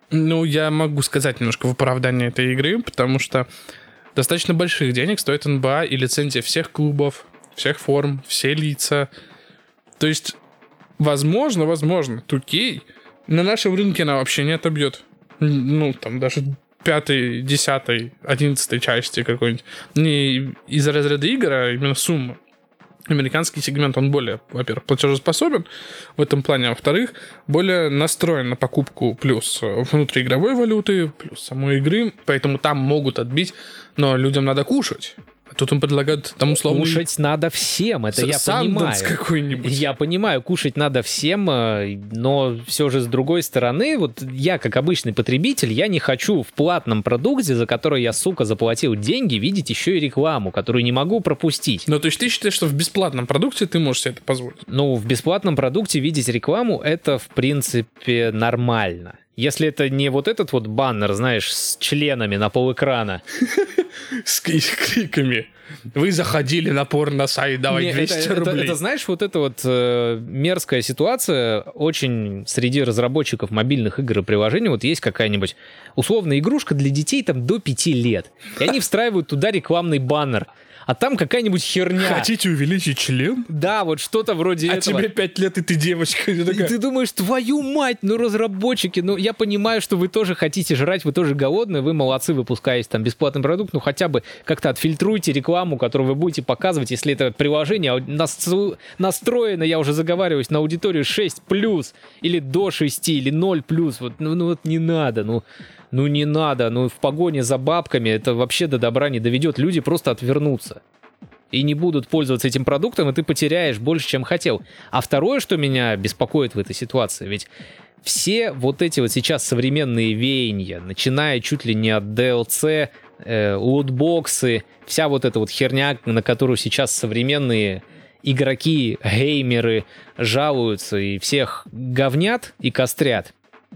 Ну, я могу сказать немножко в оправдании этой игры, потому что достаточно больших денег стоит эн бэ а и лицензия всех клубов, всех форм, все лица. То есть, возможно, возможно, ту кей на нашем рынке она вообще не отобьет. Ну, там даже пятой, десятой, одиннадцатой части какой-нибудь. Не из-за разряда игр, а именно суммы. Американский сегмент, он более, во-первых, платежеспособен в этом плане, а во-вторых, более настроен на покупку плюс внутриигровой валюты, плюс самой игры, поэтому там могут отбить, но людям надо кушать. А тут им предлагают там условно... Кушать надо всем, это я понимаю. какой-нибудь. Я понимаю, кушать надо всем, но все же с другой стороны, вот я как обычный потребитель, я не хочу в платном продукте, за который я, сука, заплатил деньги, видеть еще и рекламу, которую не могу пропустить. Ну, то есть ты считаешь, что в бесплатном продукте ты можешь себе это позволить? Ну, в бесплатном продукте видеть рекламу, это, в принципе, нормально. Если это не вот этот вот баннер, знаешь, с членами на полэкрана. С криками. Вы заходили на порно-сайт, давай Не, двести это, рублей. Это, это, знаешь, вот эта вот э, мерзкая ситуация очень среди разработчиков мобильных игр и приложений. Вот есть какая-нибудь условная игрушка для детей там до пяти лет. И они встраивают туда рекламный баннер. А там какая-нибудь херня. Хотите увеличить член? Да, вот что-то вроде а этого. А тебе пять лет, и ты девочка. И такая... ты думаешь, твою мать, ну разработчики, ну я понимаю, что вы тоже хотите жрать, вы тоже голодные, вы молодцы, выпускаете там бесплатный продукт, ну хотя бы как-то отфильтруйте рекламу, которую вы будете показывать, если это приложение настроено, я уже заговариваюсь, на аудиторию шесть плюс, или до шести, или ноль плюс, вот, ну, ну вот не надо, ну... Ну не надо, ну в погоне за бабками это вообще до добра не доведет. Люди просто отвернутся и не будут пользоваться этим продуктом, и ты потеряешь больше, чем хотел. А второе, что меня беспокоит в этой ситуации, ведь все вот эти вот сейчас современные веяния, начиная чуть ли не от ди эл си, э, лутбоксы, вся вот эта вот херня, на которую сейчас современные игроки, геймеры жалуются и всех говнят и кострят,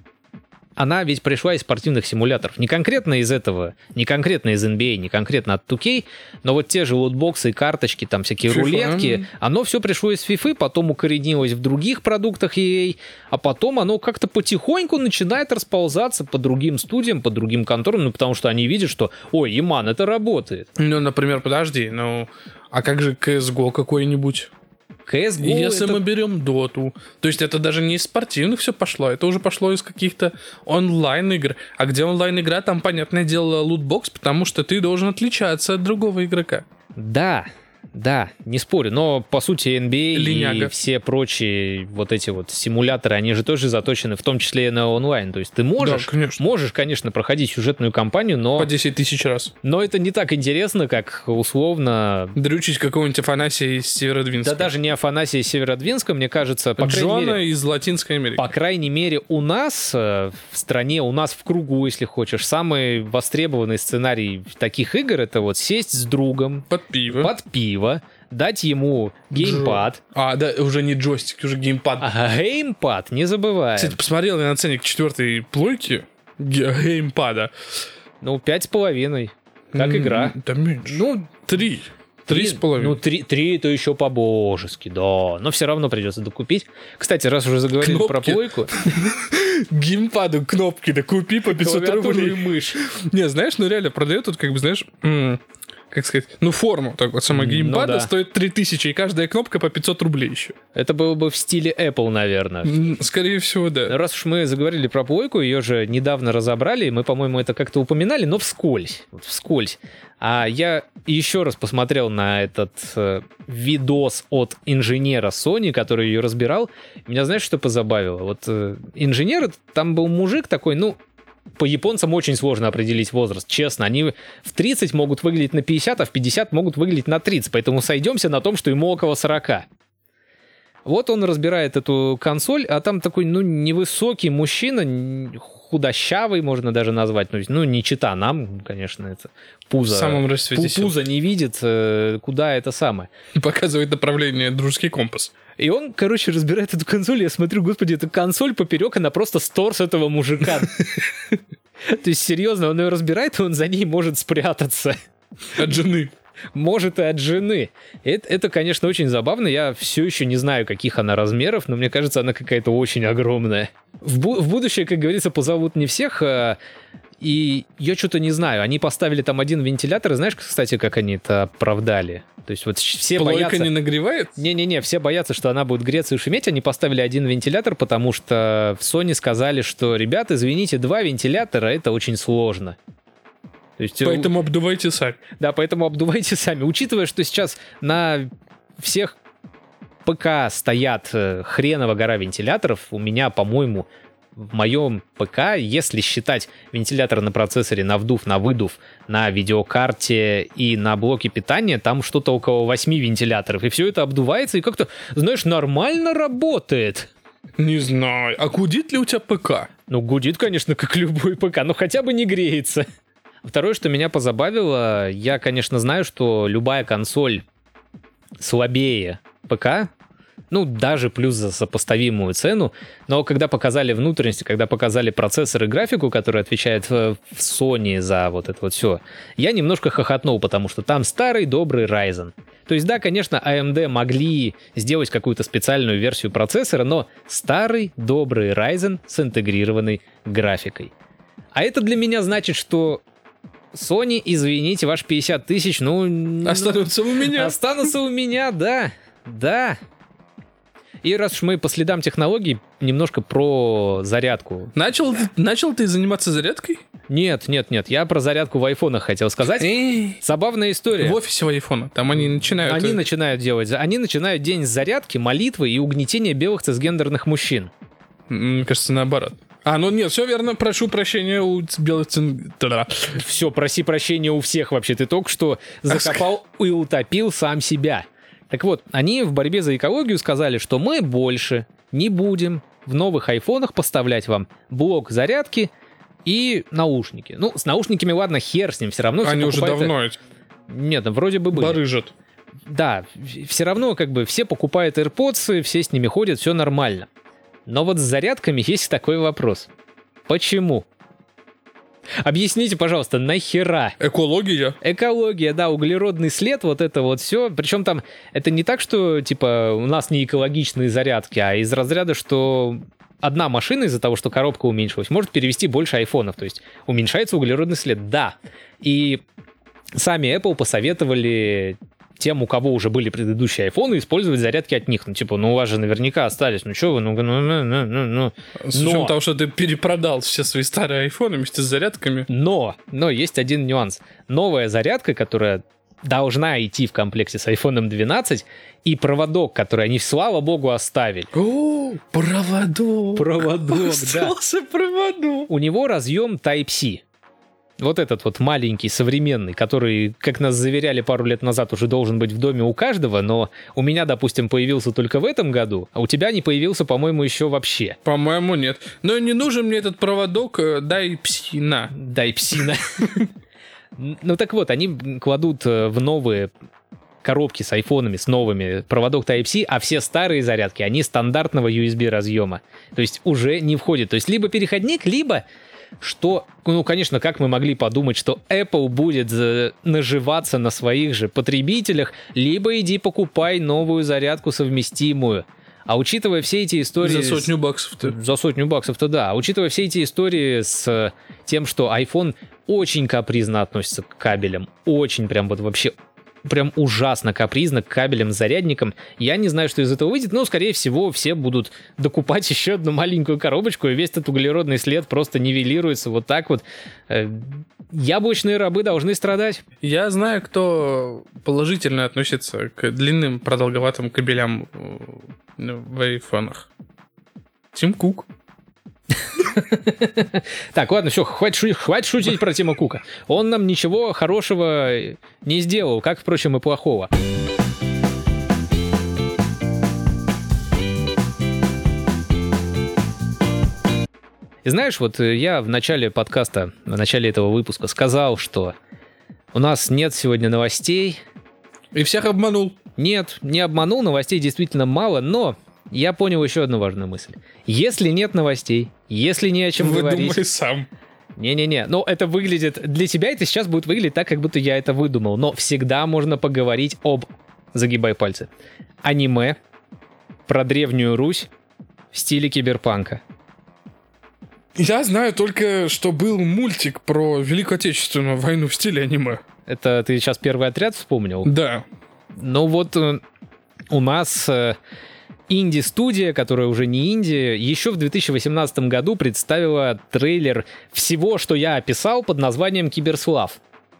она ведь пришла из спортивных симуляторов. Не конкретно из этого, не конкретно из эн би эй, не конкретно от ту кей, но вот те же лутбоксы, карточки, там всякие FIFA. Рулетки, оно все пришло из FIFA, потом укоренилось в других продуктах и эй, а потом оно как-то потихоньку начинает расползаться по другим студиям, по другим конторам, ну потому что они видят, что, ой, Яман, это работает. Ну, например, подожди, ну, а как же си эс го какой-нибудь? си эс го Если это... мы берем доту, то есть это даже не из спортивных все пошло, это уже пошло из каких-то онлайн-игр. А где онлайн-игра, там, понятное дело, лутбокс, потому что ты должен отличаться от другого игрока. Да, да, не спорю, но по сути эн би эй Линяга. И все прочие вот эти вот симуляторы, они же тоже заточены в том числе и на онлайн. То есть ты можешь, да, конечно. можешь, конечно, проходить сюжетную кампанию, но... По десять тысяч раз. Но это не так интересно, как условно... Дрючить какого-нибудь Афанасия из Северодвинска. Да даже не Афанасия из Северодвинска, мне кажется, по Джона крайней мере... из Латинской Америки. По крайней мере, у нас в стране, у нас в кругу, если хочешь, самый востребованный сценарий таких игр — это вот сесть с другом... Под пиво. Под пиво. Дать ему геймпад. Джо. А, да, уже не джойстик, уже геймпад. Ага, геймпад, не забываем. Кстати, посмотрел я на ценник четвертой плойки геймпада. Ну, пять с половиной. Как mm, игра. Да меньше. Ну, три. Три с половиной. Ну, три, три это еще по-божески, да. Но все равно придется докупить. Кстати, раз уже заговорили кнопки. Про плойку... Геймпаду кнопки, да купи по пятьсот рублей. И мышь. Не, знаешь, ну реально продают тут, как бы, знаешь... как сказать, ну форму, так вот, сама геймпада ну, да. стоит три тысячи, и каждая кнопка по пятьсот рублей еще. Это было бы в стиле Apple, наверное. Скорее всего, да. Раз уж мы заговорили про плойку, ее же недавно разобрали, мы, по-моему, это как-то упоминали, но вскользь, вот вскользь. А я еще раз посмотрел на этот э, видос от инженера Sony, который ее разбирал. Меня, знаешь, что позабавило? Вот э, инженер, там был мужик такой, ну, по японцам очень сложно определить возраст, честно. Они в тридцать могут выглядеть на пятьдесят, а в пятьдесят могут выглядеть на тридцать. Поэтому сойдемся на том, что ему около сорока. Вот он разбирает эту консоль, а там такой, ну, невысокий мужчина, худощавый, можно даже назвать. Ну, не чита нам, конечно, это пузо. В самом расцвете сил. Пузо не видит, куда это самое. Показывает направление дружеский компас. И он, короче, разбирает эту консоль, я смотрю, господи, это консоль поперек, она просто с торс этого мужика. То есть, серьезно, он ее разбирает, и он за ней может спрятаться. От жены. может и от жены. Это, это, конечно, очень забавно. Я все еще не знаю, каких она размеров, но мне кажется, она какая-то очень огромная. В, бу- в будущее, как говорится, позовут не всех, а... и я что-то не знаю. Они поставили там один вентилятор, и знаешь, кстати, как они это оправдали? То есть вот все Плойка боятся... не нагревает? Не-не-не, все боятся, что она будет греться и шуметь. Они поставили один вентилятор, потому что в Sony сказали, что, ребята, извините, два вентилятора — это очень сложно. То есть, поэтому обдувайте сами. Да, поэтому обдувайте сами. Учитывая, что сейчас на всех ПК стоят хреново гора вентиляторов, у меня, по-моему, в моем ПК, если считать вентилятор на процессоре, на вдув, на выдув, на видеокарте и на блоке питания, там что-то около восьми вентиляторов. И все это обдувается и как-то, знаешь, нормально работает. Не знаю. А гудит ли у тебя ПК? Ну, гудит, конечно, как любой ПК, но хотя бы не греется. Второе, что меня позабавило, я, конечно, знаю, что любая консоль слабее ПК, ну, даже плюс за сопоставимую цену, но когда показали внутренности, когда показали процессор и графику, который отвечает в Sony за вот это вот все, я немножко хохотнул, потому что там старый добрый Ryzen. То есть, да, конечно, эй эм ди могли сделать какую-то специальную версию процессора, но старый добрый Ryzen с интегрированной графикой. А это для меня значит, что Sony, извините, ваши пятьдесят тысяч, ну... Останутся у меня. Останутся у меня, да, да. И раз уж мы по следам технологий, немножко про зарядку. Начал, начал ты заниматься зарядкой? Нет, нет, нет, я про зарядку в айфонах хотел сказать. Эй, Забавная история. в офисе в айфона, там они начинают... Они начинают делать, они начинают день зарядки, молитвы и угнетения белых цисгендерных мужчин. Мне кажется, наоборот. А, ну нет, все верно, прошу прощения у белых цин... Все, проси прощения у всех вообще, ты только что закопал и утопил сам себя. Так вот, они в борьбе за экологию сказали, что мы больше не будем в новых айфонах поставлять вам блок зарядки и наушники. Ну, с наушниками, ладно, хер с ним, все равно... Они уже давно... Нет, вроде бы были. Барыжат. Да, все равно как бы все покупают AirPods, все с ними ходят, все нормально. Но вот с зарядками есть такой вопрос. Почему? Объясните, пожалуйста, нахера? Экология. Экология, да, углеродный след, вот это вот все. Причем там это не так, что типа у нас не экологичные зарядки, а из разряда, что одна машина из-за того, что коробка уменьшилась, может перевести больше айфонов. То есть уменьшается углеродный след, да. И сами Apple посоветовали тем, у кого уже были предыдущие айфоны, использовать зарядки от них. Ну, типа, ну, у вас же наверняка остались. Ну, что вы, ну, ну, ну, ну, ну, ну. С учетом того, что ты перепродал все свои старые айфоны вместе с зарядками. Но, но есть один нюанс. Новая зарядка, которая должна идти в комплекте с айфон двенадцать, и проводок, который они, слава богу, оставили. О, проводок. Проводок, да. Остался проводок. У него разъем Type-C. Вот этот вот маленький, современный, который, как нас заверяли пару лет назад, уже должен быть в доме у каждого, но у меня, допустим, появился только в этом году, а у тебя не появился, по-моему, еще вообще. По-моему, нет. Но не нужен мне этот проводок, дай псина. Дай псина. Ну так вот, они кладут в новые коробки с айфонами, с новыми, проводок Type-C, а все старые зарядки, они стандартного ю эс би разъема. То есть уже не входят. То есть либо переходник, либо... Что, ну, конечно, как мы могли подумать, что Apple будет наживаться на своих же потребителях, либо иди покупай новую зарядку совместимую. А учитывая все эти истории... За сотню баксов-то. За сотню баксов-то, да. А учитывая все эти истории с тем, что iPhone очень капризно относится к кабелям, очень прям вот вообще... прям ужасно капризно к кабелям, зарядникам. Я не знаю, что из этого выйдет, но, скорее всего, все будут докупать еще одну маленькую коробочку, и весь этот углеродный след просто нивелируется вот так вот. Яблочные рабы должны страдать. Я знаю, кто положительно относится к длинным продолговатым кабелям в айфонах. Тим Кук. Так, ладно, все, хватит, шу- хватит шутить про Тима Кука. Он нам ничего хорошего не сделал, как, впрочем, и плохого. И знаешь, вот я в начале подкаста, в начале этого выпуска сказал, что у нас нет сегодня новостей. И всех обманул. Нет, не обманул, новостей действительно мало, но... Я понял еще одну важную мысль. Если нет новостей, если не о чем Выдумай говорить... сам. Не-не-не, ну это выглядит... Для тебя это сейчас будет выглядеть так, как будто я это выдумал. Но всегда можно поговорить об... Загибай пальцы. Аниме про Древнюю Русь в стиле киберпанка. Я знаю только, что был мультик про Великую Отечественную войну в стиле аниме. Это ты сейчас первый отряд вспомнил? Да. Ну вот э, у нас э, инди-студия, которая уже не инди, еще в две тысячи восемнадцатом году представила трейлер всего, что я описал, под названием «Киберслав».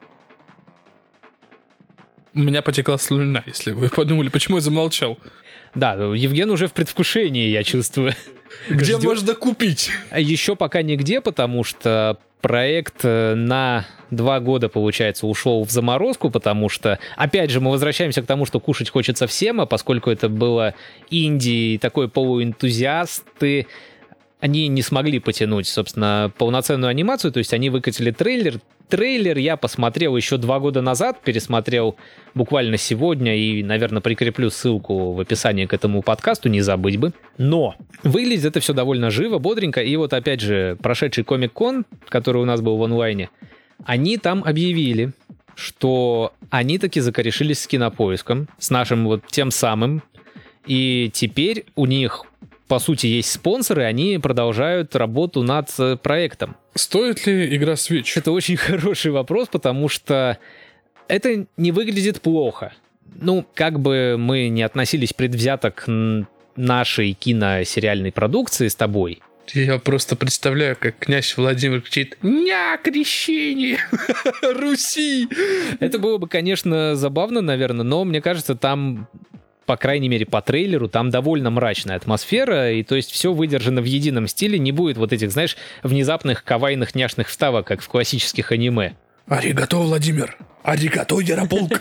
У меня потекла слюна, если вы подумали, почему я замолчал. Да, Евген уже в предвкушении, я чувствую. Где Ждет... можно купить? Еще пока нигде, потому что проект на два года, получается, ушел в заморозку, потому что, опять же, мы возвращаемся к тому, что кушать хочется всем, а поскольку это было инди и такой полуэнтузиасты, они не смогли потянуть, собственно, полноценную анимацию, то есть они выкатили трейлер. Трейлер я посмотрел еще два года назад, пересмотрел буквально сегодня и, наверное, прикреплю ссылку в описании к этому подкасту, не забыть бы. Но выглядит это все довольно живо, бодренько, и вот опять же прошедший Комик-кон, который у нас был в онлайне, они там объявили, что они таки закорешились с Кинопоиском, с нашим вот тем самым, и теперь у них... По сути, есть спонсоры, они продолжают работу над проектом. Стоит ли игра Switch? Это очень хороший вопрос, потому что это не выглядит плохо. Ну, как бы мы не относились предвзято к нашей киносериальной продукции с тобой. Я просто представляю, как князь Владимир кричит: «Ня, крещение! Руси!» Это было бы, конечно, забавно, наверное, но мне кажется, там... По крайней мере, по трейлеру, там довольно мрачная атмосфера, и то есть все выдержано в едином стиле, не будет вот этих, знаешь, внезапных кавайных няшных вставок, как в классических аниме. Аригато, Владимир! Аригато, Ярополк!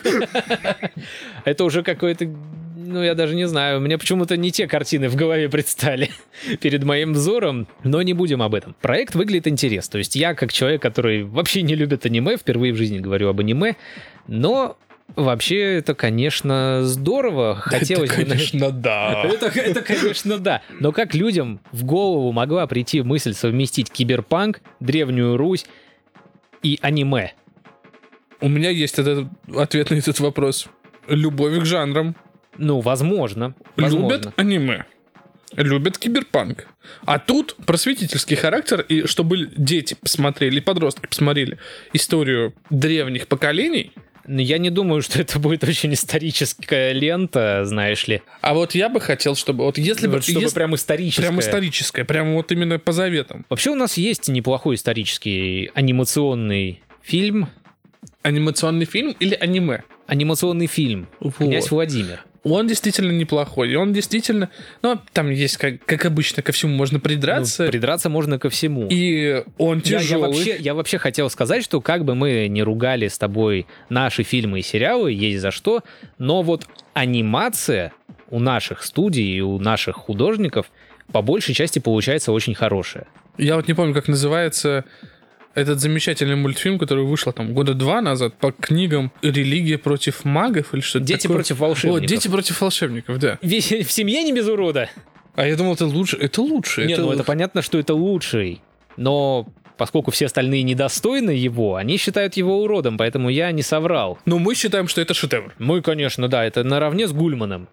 Это уже какое-то... Ну, я даже не знаю, мне почему-то не те картины в голове предстали перед моим взором, но не будем об этом. Проект выглядит интересно, то есть я, как человек, который вообще не любит аниме, впервые в жизни говорю об аниме, но... Вообще, это, конечно, здорово. Хотелось это, бы... конечно, да. это, это, конечно, да. Но как людям в голову могла прийти мысль совместить киберпанк, Древнюю Русь и аниме? У меня есть этот ответ на этот вопрос. Любовь к жанрам. Ну, возможно. возможно. Любят аниме. Любят киберпанк. А тут просветительский характер, и чтобы дети посмотрели, подростки посмотрели историю древних поколений. Я не думаю, что это будет очень историческая лента, знаешь ли. А вот я бы хотел, чтобы... Вот если вот бы... Чтобы если, прям историческая. Прям историческая, прям вот именно по заветам. Вообще у нас есть неплохой исторический анимационный фильм. Анимационный фильм или аниме? Анимационный фильм. Вот. «Князь Владимир». Он действительно неплохой, и он действительно... Ну, там есть, как, как обычно, ко всему можно придраться. Ну, придраться можно ко всему. И он тяжелый. Я, я, вообще, я вообще хотел сказать, что как бы мы не ругали с тобой наши фильмы и сериалы, есть за что, но вот анимация у наших студий и у наших художников по большей части получается очень хорошая. Я вот не помню, как называется... Этот замечательный мультфильм, который вышел там года два назад по книгам «Религия против магов» или что-то «Дети такое. против волшебников». О, «Дети против волшебников», да. Весь, в семье не без урода. А я думал, это лучше. Это лучше. Нет, это... ну это понятно, что это лучший. Но поскольку все остальные недостойны его, они считают его уродом, поэтому я не соврал. Но мы считаем, что это шедевр. Мы, конечно, да, это наравне с Гульманом.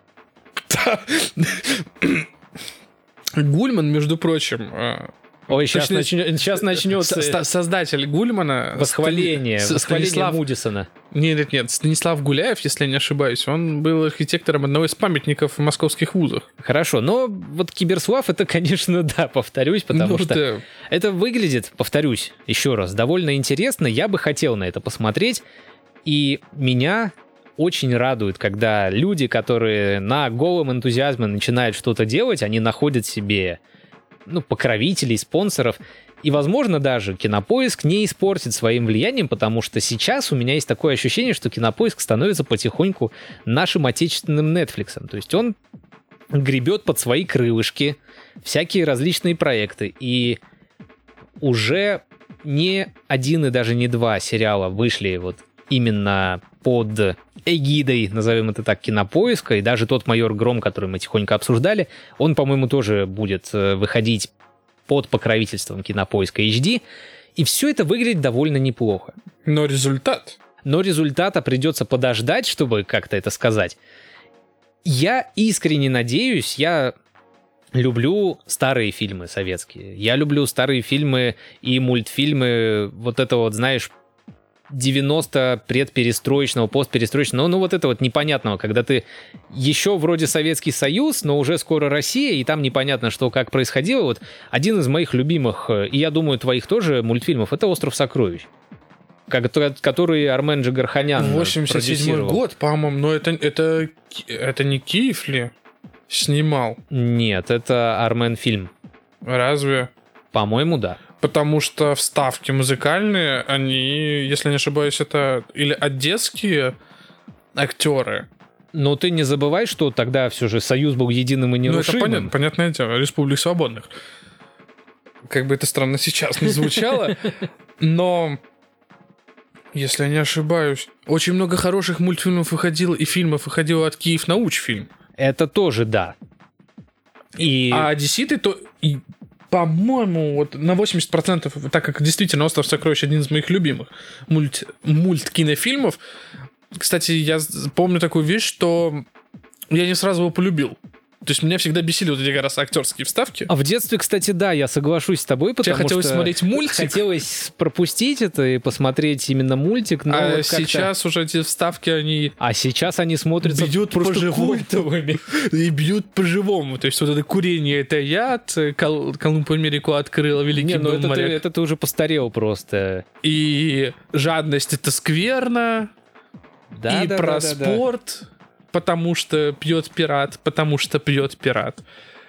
Гульман, между прочим... Ой, сейчас, Точнее, начнет, сейчас начнется... Со- создатель Гульмана... Восхваление, Стани... восхваление Станислав... Мудисона. Нет, нет, нет, Станислав Гуляев, если я не ошибаюсь, он был архитектором одного из памятников в московских вузах. Хорошо, но вот Киберслав, это, конечно, да, повторюсь, потому ну, что да. Это выглядит, повторюсь, еще раз, довольно интересно, я бы хотел на это посмотреть, и меня... Очень радует, когда люди, которые на голом энтузиазме начинают что-то делать, они находят себе... ну, покровителей, спонсоров. И, возможно, даже Кинопоиск не испортит своим влиянием, потому что сейчас у меня есть такое ощущение, что Кинопоиск становится потихоньку нашим отечественным Netflix'ом. То есть он гребет под свои крылышки всякие различные проекты. И уже не один и даже не два сериала вышли вот именно под эгидой, назовем это так, Кинопоиска, и даже тот «Майор Гром», который мы тихонько обсуждали, он, по-моему, тоже будет выходить под покровительством Кинопоиска эйч ди. И все это выглядит довольно неплохо. Но результат... Но результата придется подождать, чтобы как-то это сказать. Я искренне надеюсь, я люблю старые фильмы советские. Я люблю старые фильмы и мультфильмы, вот это вот, знаешь, девяносто предперестроечного, постперестроечного, ну, ну вот это вот непонятного, когда ты еще вроде Советский Союз, но уже скоро Россия, и там непонятно, что как происходило. Вот один из моих любимых, и я думаю, твоих тоже мультфильмов, это «Остров сокровищ», который Армен Джигарханян восемьдесят седьмой год, по-моему, но это, это, это не Киев ли снимал? Нет, это Армен фильм. Разве? По-моему, да. Потому что вставки музыкальные, они, если не ошибаюсь, это или одесские актеры. Но ты не забывай, что тогда все же Союз был единым и нерушимым. Ну, это понятно, понятное дело, Республик Свободных. Как бы это странно сейчас не звучало, но... Если я не ошибаюсь, очень много хороших мультфильмов выходило и фильмов выходило от Киев Научфильм. Это тоже да. И... А одесситы, то, и, по-моему, вот на восемьдесят процентов, так как действительно «Остров сокровищ» один из моих любимых мульт, мульт-кинофильмов. Кстати, я помню такую вещь, что я не сразу его полюбил. То есть меня всегда бесили вот эти как раз актерские вставки. А в детстве, кстати, да, я соглашусь с тобой, потому Тебе хотелось что смотреть мультик. Хотелось пропустить это и посмотреть именно мультик. Но а вот сейчас уже эти вставки, они... А сейчас они смотрятся бьют просто культовыми. И бьют по-живому. То есть вот это курение — это яд, Кол- Колумб Америку открыл, Великий Не, ну был это моряк. ты, это ты уже постарел просто. И жадность — это скверно. Да, и да, про да, да, да. спорт... потому что пьет пират, потому что пьет пират.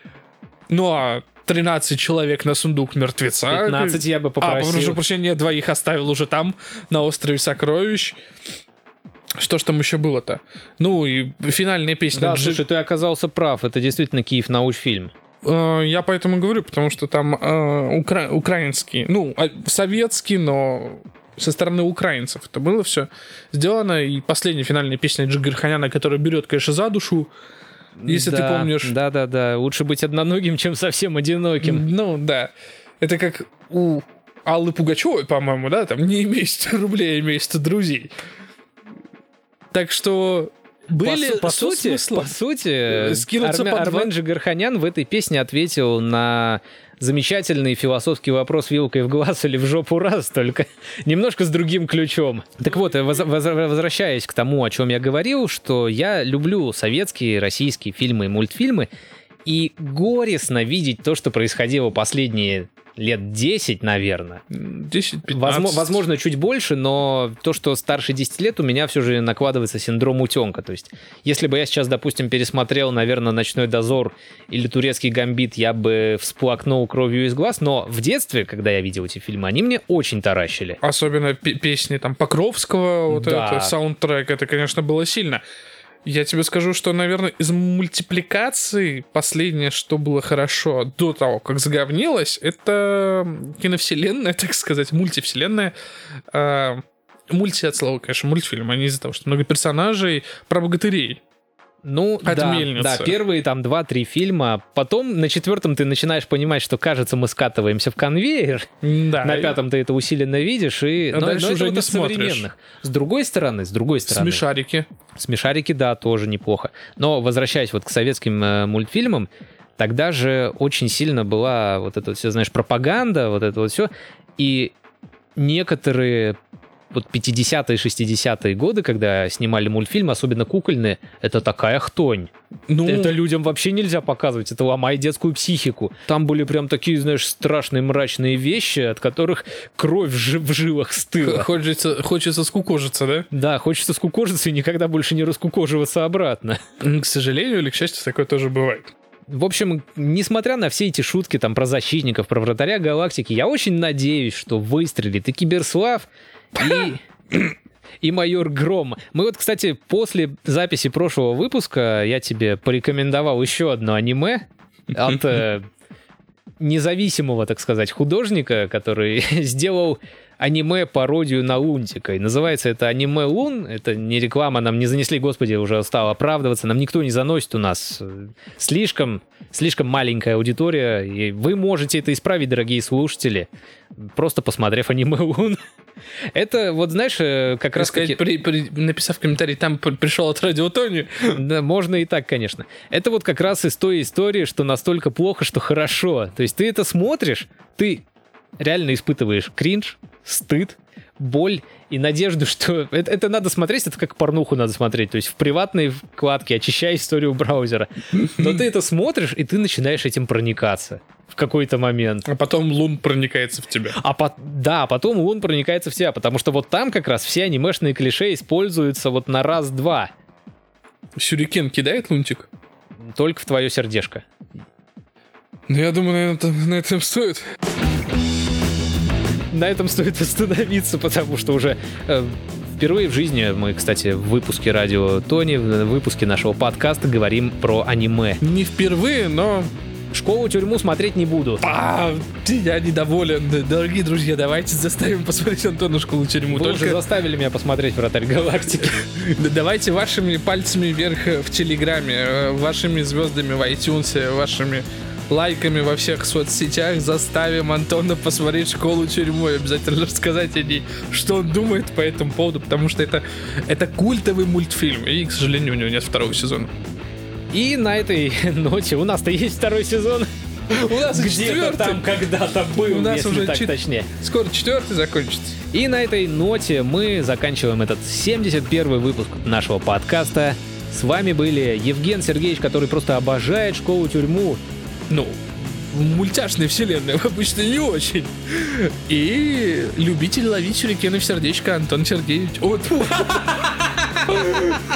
Ну а тринадцать человек на сундук мертвеца. пятнадцать я бы попросил. А, прошу прощения, двоих оставил уже там, на острове Сокровищ. Что ж там еще было-то? Ну и финальная песня. Да, Джи... слушай, ты оказался прав, это действительно Киев Научфильм. Э, я поэтому говорю, потому что там э, укра... украинский, ну, советский, но... со стороны украинцев это было все сделано. И последняя финальная песня Джигарханяна, которая берет, конечно, за душу, если да, ты помнишь. Да-да-да, лучше быть одноногим, чем совсем одиноким. Ну, да. Это как у Аллы Пугачевой, по-моему, да, там не имей сто рублей, а имей сто друзей. Так что... Были по, по сути, по сути Армен, Армен Джигарханян в этой песне ответил на замечательный философский вопрос вилкой в глаз или в жопу раз, только немножко с другим ключом. Так вот, воз, воз, возвращаясь к тому, о чем я говорил, что я люблю советские, российские фильмы и мультфильмы, и горестно видеть то, что происходило последние лет десять, наверное. десять-пятнадцать. Возможно, возможно, чуть больше, но то, что старше десяти лет, у меня все же накладывается синдром утенка. То есть, если бы я сейчас, допустим, пересмотрел, наверное, «Ночной дозор» или «Турецкий гамбит», я бы всплакнул кровью из глаз, но в детстве, когда я видел эти фильмы, они мне очень таращили. Особенно п- песни там Покровского, вот да. это, саундтрек, это, конечно, было сильно. Я тебе скажу, что, наверное, из мультипликации последнее, что было хорошо до того, как заговнилось, это киновселенная, так сказать, мультивселенная. Э, мульти от слова, конечно, мультфильм, а не из-за того, что много персонажей, про богатырей. Ну, от да, мельницы. да, первые там два-три фильма. Потом на четвертом ты начинаешь понимать, что, кажется, мы скатываемся в конвейер. Да. На пятом ты это усиленно видишь, и... А но, дальше но уже это не вот смотришь. современных. С другой стороны, с другой стороны... Смешарики. Смешарики, да, тоже неплохо. Но, возвращаясь вот к советским э, мультфильмам, тогда же очень сильно была вот эта вот, все, знаешь, пропаганда, вот это вот все. И некоторые... Вот пятидесятые, шестидесятые годы, когда снимали мультфильмы, особенно кукольные, это такая хтонь. Ну... Это людям вообще нельзя показывать, это ломает детскую психику. Там были прям такие, знаешь, страшные мрачные вещи, от которых кровь в, жи- в жилах стыла. Хочется, хочется скукожиться, да? Да, хочется скукожиться и никогда больше не раскукоживаться обратно. К сожалению или к счастью, такое тоже бывает. В общем, несмотря на все эти шутки там про защитников, про вратаря галактики, я очень надеюсь, что выстрелит и Киберслав, и, и майор Гром. Мы вот, кстати, после записи прошлого выпуска я тебе порекомендовал еще одно аниме от э, независимого, так сказать, художника, который сделал аниме-пародию на Лунтика. И называется это «Аниме Лун». Это не реклама, нам не занесли, господи, уже стал оправдываться. Нам никто не заносит у нас. Слишком, слишком маленькая аудитория. И вы можете это исправить, дорогие слушатели, просто посмотрев «Аниме Лун». Это вот, знаешь, как раз сказать, при, при, написав в комментарии, там пришел от Радио Тони. Да, можно и так, конечно. Это вот как раз из той истории, что настолько плохо, что хорошо. То есть ты это смотришь, ты реально испытываешь кринж, стыд, боль и надежду, что это, это надо смотреть, это как порнуху надо смотреть, то есть в приватной вкладке, очищая историю браузера. Но ты это смотришь, и ты начинаешь этим проникаться в какой-то момент. А потом Лун проникается в тебя. А по... Да, потом Лун проникается в тебя, потому что вот там как раз все анимешные клише используются вот на раз-два. Сюрикен кидает Лунтик? Только в твое сердечко. Ну, я думаю, на этом, на этом стоит. На этом стоит остановиться, потому что уже э, впервые в жизни мы, кстати, в выпуске Радио Тони, в выпуске нашего подкаста говорим про аниме. Не впервые, но... «Школу-тюрьму» смотреть не буду. А, я недоволен. Дорогие друзья, давайте заставим посмотреть Антона «Школу-тюрьму». Вы Только... уже заставили меня посмотреть «Вратарь галактики». Давайте вашими пальцами вверх в Телеграме, вашими звездами в iTunes, вашими лайками во всех соцсетях заставим Антона посмотреть «Школу-тюрьму» и обязательно рассказать о ней, что он думает по этому поводу, потому что это, это культовый мультфильм, и, к сожалению, у него нет второго сезона. И на этой ноте у нас-то есть второй сезон. У нас где-то там когда-то был, у нас если уже так чет... точнее. Скоро четвертый закончится. И на этой ноте мы заканчиваем этот семьдесят первый выпуск нашего подкаста. С вами были Евген Сергеевич, который просто обожает «Школу-тюрьму». Ну, в мультяшной вселенной обычно не очень. И любитель ловить сюрикены в сердечко Антон Сергеевич. Вот.